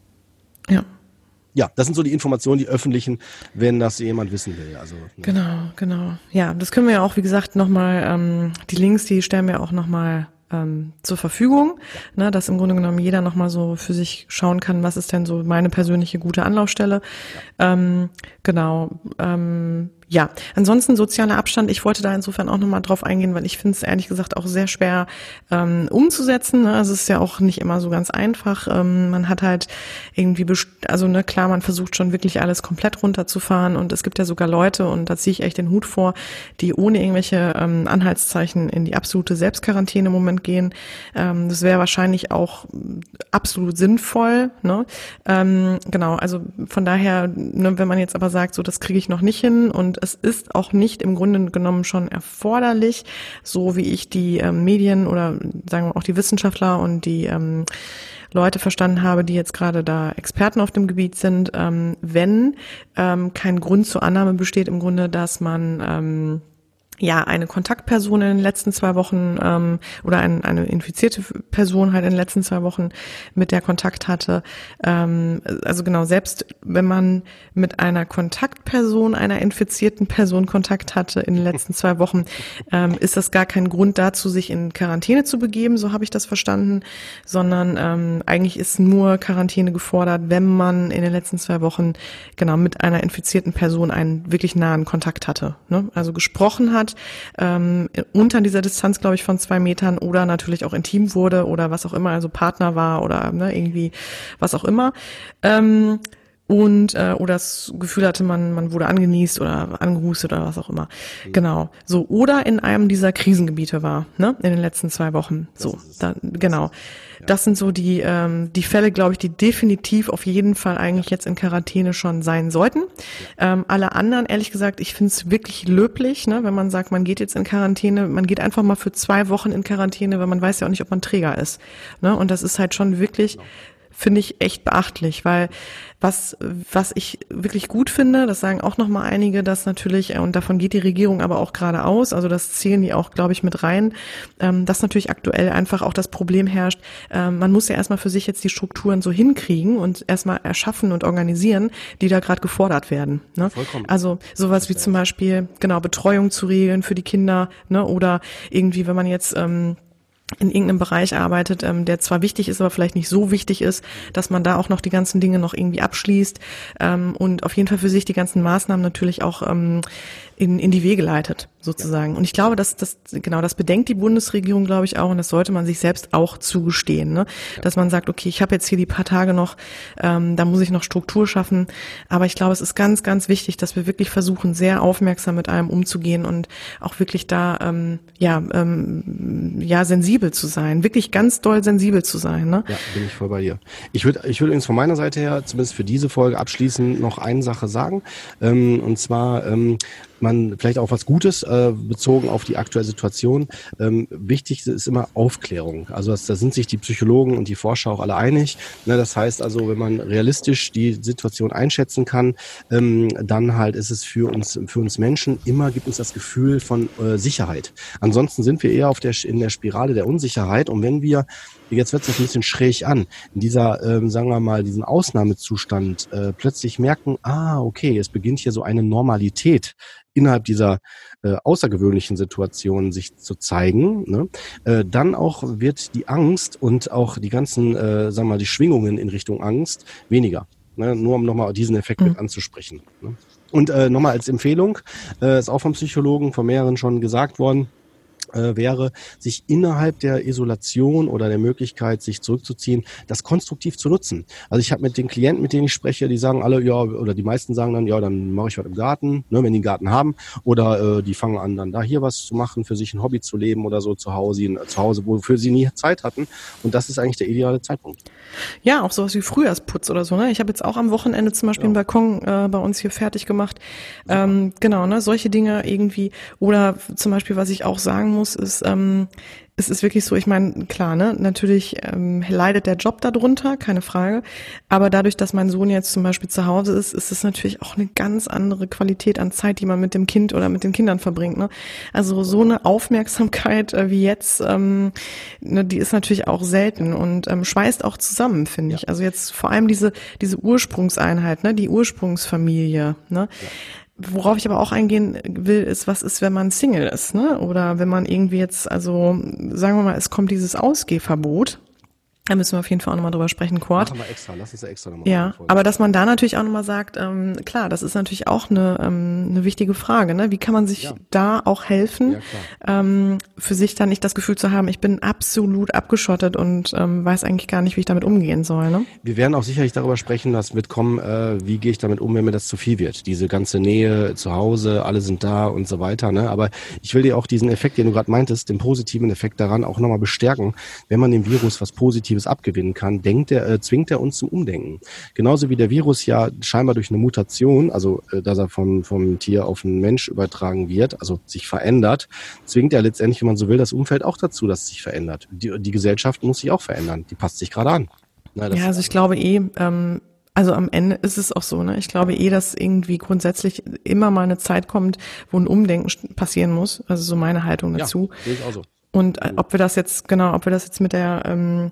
Ja. Ja, das sind so die Informationen, die öffentlichen, wenn das jemand wissen will. Also ne. Genau, genau. Ja, das können wir ja auch, wie gesagt, nochmal, ähm, die Links, die stellen wir auch nochmal ähm, zur Verfügung, ja. Ne, dass im Grunde genommen jeder nochmal so für sich schauen kann, was ist denn so meine persönliche gute Anlaufstelle. Ja. Ähm, genau, ähm, ja, ansonsten sozialer Abstand, ich wollte da insofern auch nochmal drauf eingehen, weil ich finde es ehrlich gesagt auch sehr schwer ähm, umzusetzen. Ne? Also es ist ja auch nicht immer so ganz einfach. Ähm, man hat halt irgendwie, best- also ne, klar, man versucht schon wirklich alles komplett runterzufahren und es gibt ja sogar Leute, und da ziehe ich echt den Hut vor, die ohne irgendwelche ähm, Anhaltszeichen in die absolute Selbstquarantäne im Moment gehen. Ähm, das wäre wahrscheinlich auch absolut sinnvoll. Ne? Ähm, genau, also von daher, ne, wenn man jetzt aber sagt, so das kriege ich noch nicht hin, und es ist auch nicht im Grunde genommen schon erforderlich, so wie ich die ähm, Medien oder sagen wir auch die Wissenschaftler und die ähm, Leute verstanden habe, die jetzt gerade da Experten auf dem Gebiet sind, ähm, wenn ähm, kein Grund zur Annahme besteht im Grunde, dass man ähm, ja eine Kontaktperson in den letzten zwei Wochen ähm, oder ein, eine infizierte Person halt in den letzten zwei Wochen mit der Kontakt hatte. Ähm, also genau, selbst wenn man mit einer Kontaktperson einer infizierten Person Kontakt hatte in den letzten zwei Wochen, ähm, ist das gar kein Grund dazu, sich in Quarantäne zu begeben, so habe ich das verstanden, sondern ähm, eigentlich ist nur Quarantäne gefordert, wenn man in den letzten zwei Wochen genau mit einer infizierten Person einen wirklich nahen Kontakt hatte, ne? Also gesprochen hat, ähm, unter dieser Distanz, glaube ich, von zwei Metern oder natürlich auch intim wurde oder was auch immer, also Partner war oder ne, irgendwie was auch immer. Ähm, und äh, oder das Gefühl hatte, man man wurde angenießt oder angehustet oder was auch immer. Mhm. Genau. So, oder in einem dieser Krisengebiete war, ne, in den letzten zwei Wochen. So, da, genau. Das sind so die ähm, die Fälle, glaube ich, die definitiv auf jeden Fall eigentlich jetzt in Quarantäne schon sein sollten. Ja. Ähm, alle anderen, ehrlich gesagt, ich finde es wirklich löblich, ne, wenn man sagt, man geht jetzt in Quarantäne, man geht einfach mal für zwei Wochen in Quarantäne, weil man weiß ja auch nicht, ob man Träger ist. Ne? Und das ist halt schon wirklich, genau, finde ich echt beachtlich, weil was was ich wirklich gut finde, das sagen auch noch mal einige, dass natürlich, und davon geht die Regierung aber auch gerade aus, also das zählen die auch, glaube ich, mit rein, ähm, dass natürlich aktuell einfach auch das Problem herrscht, ähm, man muss ja erstmal für sich jetzt die Strukturen so hinkriegen und erstmal erschaffen und organisieren, die da gerade gefordert werden. Ne? Vollkommen. Also sowas wie zum Beispiel, genau, Betreuung zu regeln für die Kinder, ne? Oder irgendwie, wenn man jetzt ähm, in irgendeinem Bereich arbeitet, ähm, der zwar wichtig ist, aber vielleicht nicht so wichtig ist, dass man da auch noch die ganzen Dinge noch irgendwie abschließt ähm, und auf jeden Fall für sich die ganzen Maßnahmen natürlich auch ähm, in, in die Wege leitet, sozusagen. Und ich glaube, dass das genau das bedenkt die Bundesregierung, glaube ich, auch, und das sollte man sich selbst auch zugestehen, ne? Ja. Dass man sagt, okay, ich habe jetzt hier die paar Tage noch, ähm, da muss ich noch Struktur schaffen, aber ich glaube, es ist ganz, ganz wichtig, dass wir wirklich versuchen, sehr aufmerksam mit allem umzugehen und auch wirklich da ähm, ja ähm, ja sensibel zu sein, wirklich ganz doll sensibel zu sein, ne? Ja, bin ich voll bei dir. Ich würde ich würde übrigens von meiner Seite her, zumindest für diese Folge abschließend noch eine Sache sagen, ähm, und zwar ähm, man vielleicht auch was Gutes äh, bezogen auf die aktuelle Situation. Ähm, wichtig ist immer Aufklärung. Also das, da sind sich die Psychologen und die Forscher auch alle einig. Ne, das heißt also, wenn man realistisch die Situation einschätzen kann, ähm, dann halt ist es für uns für uns Menschen immer, gibt uns das Gefühl von äh, Sicherheit. Ansonsten sind wir eher auf der in der Spirale der Unsicherheit, und wenn wir jetzt wird es ein bisschen schräg an. In dieser, ähm, sagen wir mal, diesen Ausnahmezustand äh, plötzlich merken, ah, okay, es beginnt hier so eine Normalität innerhalb dieser äh, außergewöhnlichen Situationen sich zu zeigen, ne? Äh, dann auch wird die Angst und auch die ganzen, äh, sagen wir mal, die Schwingungen in Richtung Angst weniger. Ne? Nur um nochmal diesen Effekt mhm. mit anzusprechen. Ne? Und äh, nochmal als Empfehlung, äh, ist auch vom Psychologen, von mehreren schon gesagt worden, äh, wäre, sich innerhalb der Isolation oder der Möglichkeit, sich zurückzuziehen, das konstruktiv zu nutzen. Also ich habe mit den Klienten, mit denen ich spreche, die sagen alle, ja, oder die meisten sagen dann, ja, dann mache ich was im Garten, ne, wenn die einen Garten haben, oder äh, die fangen an, dann da hier was zu machen, für sich ein Hobby zu leben oder so zu Hause, äh, zu Hause, wofür sie nie Zeit hatten. Und das ist eigentlich der ideale Zeitpunkt. Ja, auch sowas wie Frühjahrsputz oder so, ne? Ich habe jetzt auch am Wochenende zum Beispiel ja. einen Balkon äh, bei uns hier fertig gemacht. Ähm, genau, ne? Solche Dinge irgendwie. Oder zum Beispiel, was ich auch sagen muss, ist, ähm, es ist wirklich so, ich meine, klar, ne, natürlich ähm, leidet der Job darunter, keine Frage, aber dadurch, dass mein Sohn jetzt zum Beispiel zu Hause ist, ist es natürlich auch eine ganz andere Qualität an Zeit, die man mit dem Kind oder mit den Kindern verbringt, ne? Also so eine Aufmerksamkeit äh, wie jetzt, ähm, ne, die ist natürlich auch selten und ähm, schweißt auch zusammen, finde ich. Ja. Also jetzt vor allem diese diese Ursprungseinheit, ne, die Ursprungsfamilie, ne? Ja. Worauf ich aber auch eingehen will, ist, was ist, wenn man Single ist, ne? Oder wenn man irgendwie jetzt, also sagen wir mal, es kommt dieses Ausgehverbot. Da müssen wir auf jeden Fall auch nochmal drüber sprechen, Kurt. Machen wir extra, lass uns ja extra nochmal. Ja, aber dass man da natürlich auch nochmal sagt, ähm, klar, das ist natürlich auch eine, ähm, eine wichtige Frage, ne? Wie kann man sich ja. da auch helfen, ja, ähm, für sich dann nicht das Gefühl zu haben, ich bin absolut abgeschottet und ähm, weiß eigentlich gar nicht, wie ich damit umgehen soll, ne? Wir werden auch sicherlich darüber sprechen, dass mitkommen, äh, wie gehe ich damit um, wenn mir das zu viel wird. Diese ganze Nähe zu Hause, alle sind da und so weiter, ne? Aber ich will dir auch diesen Effekt, den du gerade meintest, den positiven Effekt daran auch nochmal bestärken. Wenn man dem Virus was Positives abgewinnen kann, denkt er, äh, zwingt er uns zum Umdenken. Genauso wie der Virus ja scheinbar durch eine Mutation, also äh, dass er vom, vom Tier auf den Mensch übertragen wird, also sich verändert, zwingt er letztendlich, wenn man so will, das Umfeld auch dazu, dass es sich verändert. Die, die Gesellschaft muss sich auch verändern. Die passt sich gerade an. Na, ja, also ich glaube eh, ähm, also am Ende ist es auch so, ne? Ich glaube eh, dass irgendwie grundsätzlich immer mal eine Zeit kommt, wo ein Umdenken passieren muss. Also so meine Haltung dazu. Ja, sehe ich auch so. Und äh, ob wir das jetzt, genau, ob wir das jetzt mit der, ähm,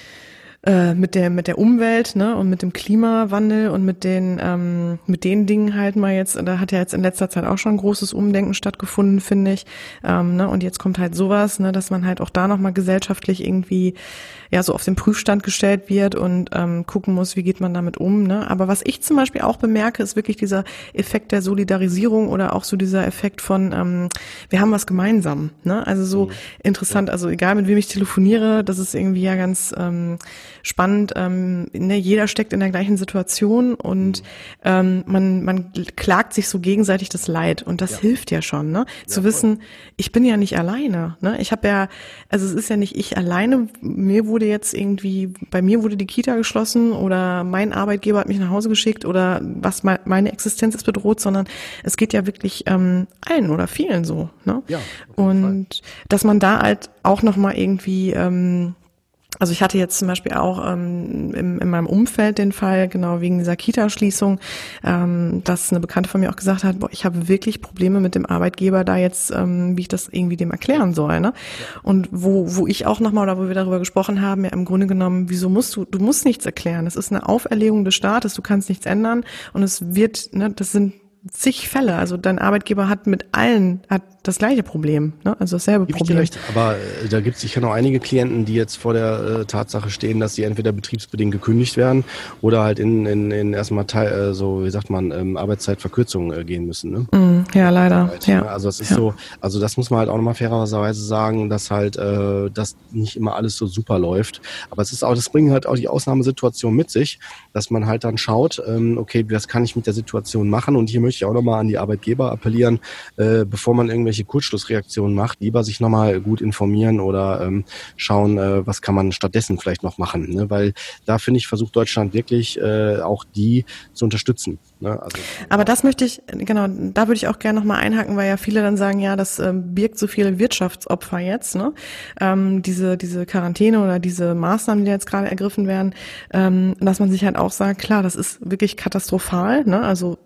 äh, mit der, mit der Umwelt, ne, und mit dem Klimawandel und mit den, ähm, mit den Dingen halt mal jetzt, da hat ja jetzt in letzter Zeit auch schon ein großes Umdenken stattgefunden, finde ich, ähm, ne, und jetzt kommt halt sowas, ne, dass man halt auch da nochmal gesellschaftlich irgendwie, ja, so auf den Prüfstand gestellt wird und ähm, gucken muss, wie geht man damit um, ne, aber was ich zum Beispiel auch bemerke, ist wirklich dieser Effekt der Solidarisierung oder auch so dieser Effekt von, ähm, wir haben was gemeinsam, ne, also so mhm. interessant, also egal mit wem ich telefoniere, das ist irgendwie ja ganz, ähm, spannend, ähm, ne, jeder steckt in der gleichen Situation und ähm, man man klagt sich so gegenseitig das Leid und das ja. hilft ja schon, ne, ja, zu wissen, voll. Ich bin ja nicht alleine, ne, ich habe ja, also es ist ja nicht ich alleine, mir wurde jetzt irgendwie, bei mir wurde die Kita geschlossen oder mein Arbeitgeber hat mich nach Hause geschickt oder was me- meine Existenz ist bedroht, sondern es geht ja wirklich ähm, allen oder vielen so, ne, ja, und Fall. Dass man da halt auch nochmal irgendwie ähm, also ich hatte jetzt zum Beispiel auch ähm, im, in meinem Umfeld den Fall, genau wegen dieser Kita-Schließung, ähm, dass eine Bekannte von mir auch gesagt hat, boah, ich habe wirklich Probleme mit dem Arbeitgeber da jetzt, ähm, wie ich das irgendwie dem erklären soll, ne? Und wo wo ich auch nochmal, oder wo wir darüber gesprochen haben, ja im Grunde genommen, wieso musst du, du musst nichts erklären, das ist eine Auferlegung des Staates, du kannst nichts ändern und es wird, ne, das sind zig Fälle, also dein Arbeitgeber hat mit allen, hat das gleiche Problem, ne? Also dasselbe Gib Problem. Ich dir recht, aber äh, da gibt es sicher noch einige Klienten, die jetzt vor der äh, Tatsache stehen, dass sie entweder betriebsbedingt gekündigt werden oder halt in, in, in erstmal Teil, äh, so wie sagt man, ähm, Arbeitszeitverkürzung äh, gehen müssen. Ne? Mm, ja, leider. Arbeit, ja. Ne? Also es ist ja. so, also das muss man halt auch nochmal fairerweise sagen, dass halt äh, das nicht immer alles so super läuft. Aber es ist auch, das bringen halt auch die Ausnahmesituation mit sich, dass man halt dann schaut, ähm, okay, was kann ich mit der Situation machen? Und hier möchte ich auch nochmal an die Arbeitgeber appellieren, äh, bevor man irgendwelche Kurzschlussreaktionen macht, lieber sich nochmal gut informieren oder ähm, schauen, äh, was kann man stattdessen vielleicht noch machen. Ne? Weil da, finde ich, versucht Deutschland wirklich äh, auch die zu unterstützen. Ne? Also, aber das möchte ich, genau, da würde ich auch gerne nochmal einhaken, weil ja viele dann sagen, ja, das ähm, birgt so viele Wirtschaftsopfer jetzt, ne? Ähm, diese diese Quarantäne oder diese Maßnahmen, die jetzt gerade ergriffen werden, ähm, dass man sich halt auch sagt, klar, das ist wirklich katastrophal, ne? Also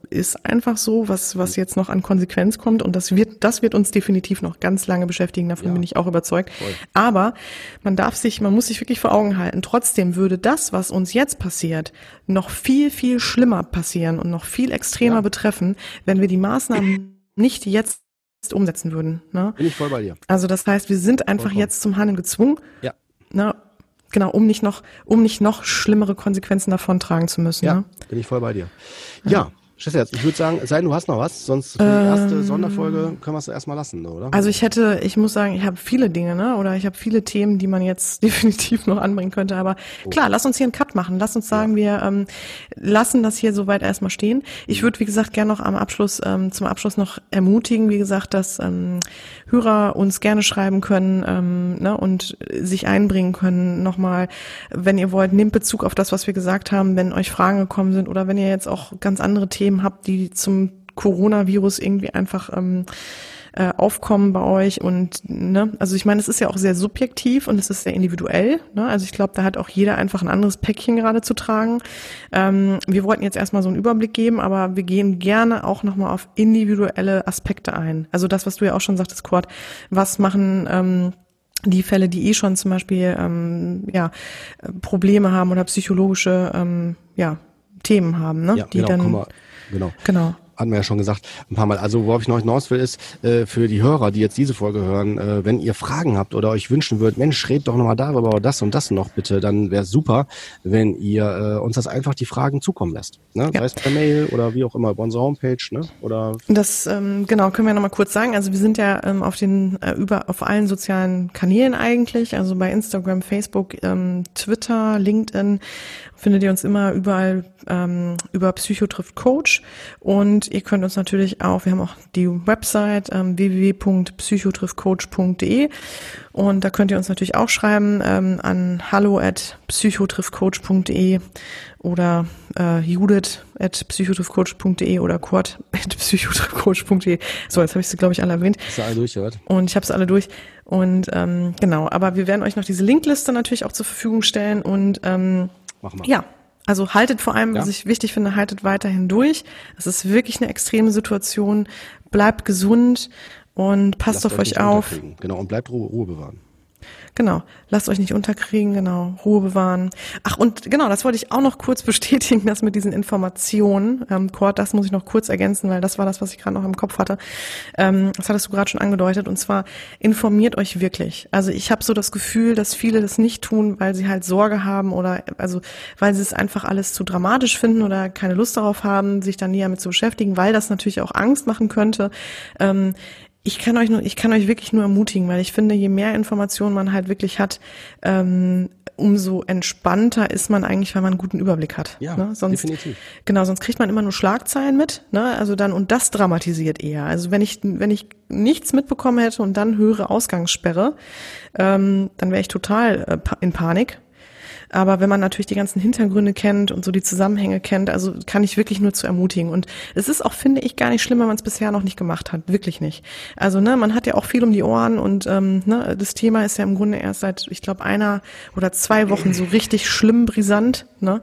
ist einfach so, was was jetzt noch an Konsequenz kommt und das wird das wird uns definitiv noch ganz lange beschäftigen, davon ja. bin ich auch überzeugt. Voll. Aber man darf sich, man muss sich wirklich vor Augen halten, trotzdem würde das, was uns jetzt passiert, noch viel, viel schlimmer passieren und noch viel extremer ja. betreffen, wenn wir die Maßnahmen nicht jetzt umsetzen würden. Ne? Bin ich voll bei dir. Also das heißt, wir sind einfach Vollkommen. jetzt zum Handeln gezwungen. Ja. Ne? Genau, um nicht noch, um nicht noch schlimmere Konsequenzen davontragen zu müssen. Ja, ne? bin ich voll bei dir. Ja. ja. Schwester, ich würde sagen, es sei denn, du hast noch was, sonst für die erste ähm, Sonderfolge können wir es erstmal lassen, oder? Also ich hätte, ich muss sagen, ich habe viele Dinge, ne? Oder ich habe viele Themen, die man jetzt definitiv noch anbringen könnte. Aber oh. klar, lass uns hier einen Cut machen. Lass uns sagen, ja. wir ähm, lassen das hier soweit erstmal stehen. Ich würde, wie gesagt, gerne noch am Abschluss, ähm, zum Abschluss noch ermutigen, wie gesagt, dass ähm, Hörer uns gerne schreiben können ähm, ne? und sich einbringen können. Nochmal, wenn ihr wollt, nehmt Bezug auf das, was wir gesagt haben, wenn euch Fragen gekommen sind oder wenn ihr jetzt auch ganz andere Themen habt, die zum Coronavirus irgendwie einfach ähm, äh, aufkommen bei euch und ne, also ich meine, es ist ja auch sehr subjektiv und es ist sehr individuell, ne? Also ich glaube, da hat auch jeder einfach ein anderes Päckchen gerade zu tragen. Ähm, wir wollten jetzt erstmal so einen Überblick geben, aber wir gehen gerne auch nochmal auf individuelle Aspekte ein. Also das, was du ja auch schon sagtest, Cord, was machen ähm, die Fälle, die eh schon zum Beispiel ähm, ja Probleme haben oder psychologische ähm, ja Themen haben, ne? Ja, die genau, dann komm mal. Genau. Genau. Hatten wir ja schon gesagt, ein paar Mal. Also worauf ich noch hinaus will, ist äh, für die Hörer, die jetzt diese Folge hören, äh, wenn ihr Fragen habt oder euch wünschen würdet, Mensch, redet doch nochmal darüber oder das und das noch bitte, dann wäre es super, wenn ihr äh, uns das einfach die Fragen zukommen lässt. Ne? Ja. Sei es per Mail oder wie auch immer, über unsere Homepage, ne? Oder das ähm, genau, können wir nochmal kurz sagen. Also wir sind ja ähm, auf den äh, über auf allen sozialen Kanälen eigentlich, also bei Instagram, Facebook, ähm, Twitter, LinkedIn, findet ihr uns immer überall ähm, über Psycho trifft Coach und ihr könnt uns natürlich auch, wir haben auch die Website ähm, w w w punkt psycho trifft coach punkt d e und da könnt ihr uns natürlich auch schreiben ähm, an hallo at psycho trifft coach punkt d e oder äh, judith at psycho trifft coach punkt d e oder Cord at psycho trifft coach punkt d e. So, jetzt habe ich sie, glaube ich, alle erwähnt. Ist ja alle durch, oder? Und ich habe sie alle durch. Und ähm, genau, aber wir werden euch noch diese Linkliste natürlich auch zur Verfügung stellen und ähm, Machen wir. Ja, also haltet vor allem, ja. was ich wichtig finde, haltet weiterhin durch. Es ist wirklich eine extreme Situation. Bleibt gesund und passt Lasst auf euch euch auf. Genau, und bleibt Ruhe, Ruhe bewahren. Genau, lasst euch nicht unterkriegen, genau, Ruhe bewahren. Ach und genau, das wollte ich auch noch kurz bestätigen, das mit diesen Informationen. Ähm, Cord, das muss ich noch kurz ergänzen, weil das war das, was ich gerade noch im Kopf hatte. Ähm, das hattest du gerade schon angedeutet und zwar informiert euch wirklich. Also ich habe so das Gefühl, dass viele das nicht tun, weil sie halt Sorge haben oder also weil sie es einfach alles zu dramatisch finden oder keine Lust darauf haben, sich da näher damit zu beschäftigen, weil das natürlich auch Angst machen könnte. Ähm, Ich kann euch nur, ich kann euch wirklich nur ermutigen, weil ich finde, je mehr Informationen man halt wirklich hat, ähm, umso entspannter ist man eigentlich, weil man einen guten Überblick hat. Ja, ne? Sonst, definitiv. Genau, sonst kriegt man immer nur Schlagzeilen mit, ne? Also dann, und das dramatisiert eher. Also wenn ich, wenn ich nichts mitbekommen hätte und dann höre Ausgangssperre, ähm, dann wäre ich total äh, in Panik. Aber wenn man natürlich die ganzen Hintergründe kennt und so die Zusammenhänge kennt, also kann ich wirklich nur zu ermutigen. Und es ist auch, finde ich, gar nicht schlimm, wenn man es bisher noch nicht gemacht hat. Wirklich nicht. Also ne, man hat ja auch viel um die Ohren und ähm, ne, das Thema ist ja im Grunde erst seit, ich glaube, einer oder zwei Wochen so richtig schlimm brisant. Ne?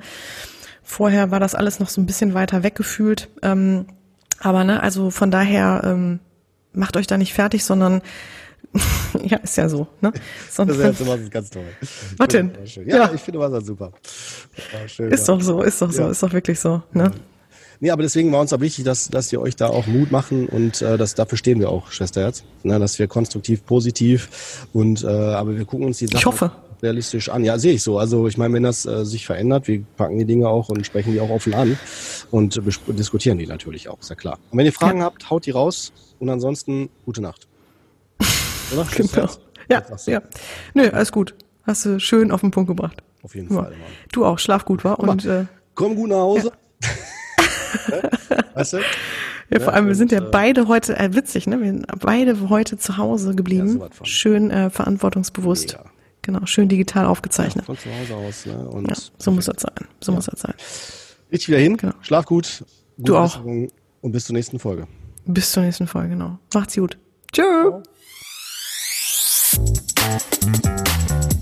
Vorher war das alles noch so ein bisschen weiter weggefühlt. Ähm, aber ne, also von daher ähm, macht euch da nicht fertig, sondern ja, ist ja so, ne? Sonst das ist ja ganz toll. Was denn? Ja, ja, ich finde Wasser super. Schön, ist ja. doch so, ist doch so, ja. ist doch wirklich so, ne? Nee, aber deswegen war uns auch wichtig, dass, dass ihr euch da auch Mut machen und äh, das, dafür stehen wir auch, Schwesterherz, ne, dass wir konstruktiv, positiv und äh, aber wir gucken uns die Sachen ich hoffe. realistisch an. Ja, sehe ich so. Also ich meine, wenn das äh, sich verändert, wir packen die Dinge auch und sprechen die auch offen an und äh, diskutieren die natürlich auch, ist ja klar. Und wenn ihr Fragen ja. habt, haut die raus und ansonsten gute Nacht. Oder? Genau. Ja, ja. Nö, alles gut. Hast du schön auf den Punkt gebracht. Auf jeden ja. Fall, Mann. Du auch, schlaf gut, wa? Und äh, komm gut nach Hause. Ja. Weißt du? Ja, vor allem, wir sind ja beide heute, äh, witzig, ne? Wir sind beide heute zu Hause geblieben. Ja, schön äh, verantwortungsbewusst. Mega. Genau, schön digital aufgezeichnet. Ja, von zu Hause aus, ne? Und ja, so muss das sein. So ja. muss das sein. Richtig wieder hin. Genau. Schlaf gut. Du auch. Und bis zur nächsten Folge. Bis zur nächsten Folge, genau. Macht's gut. Tschö. Ciao.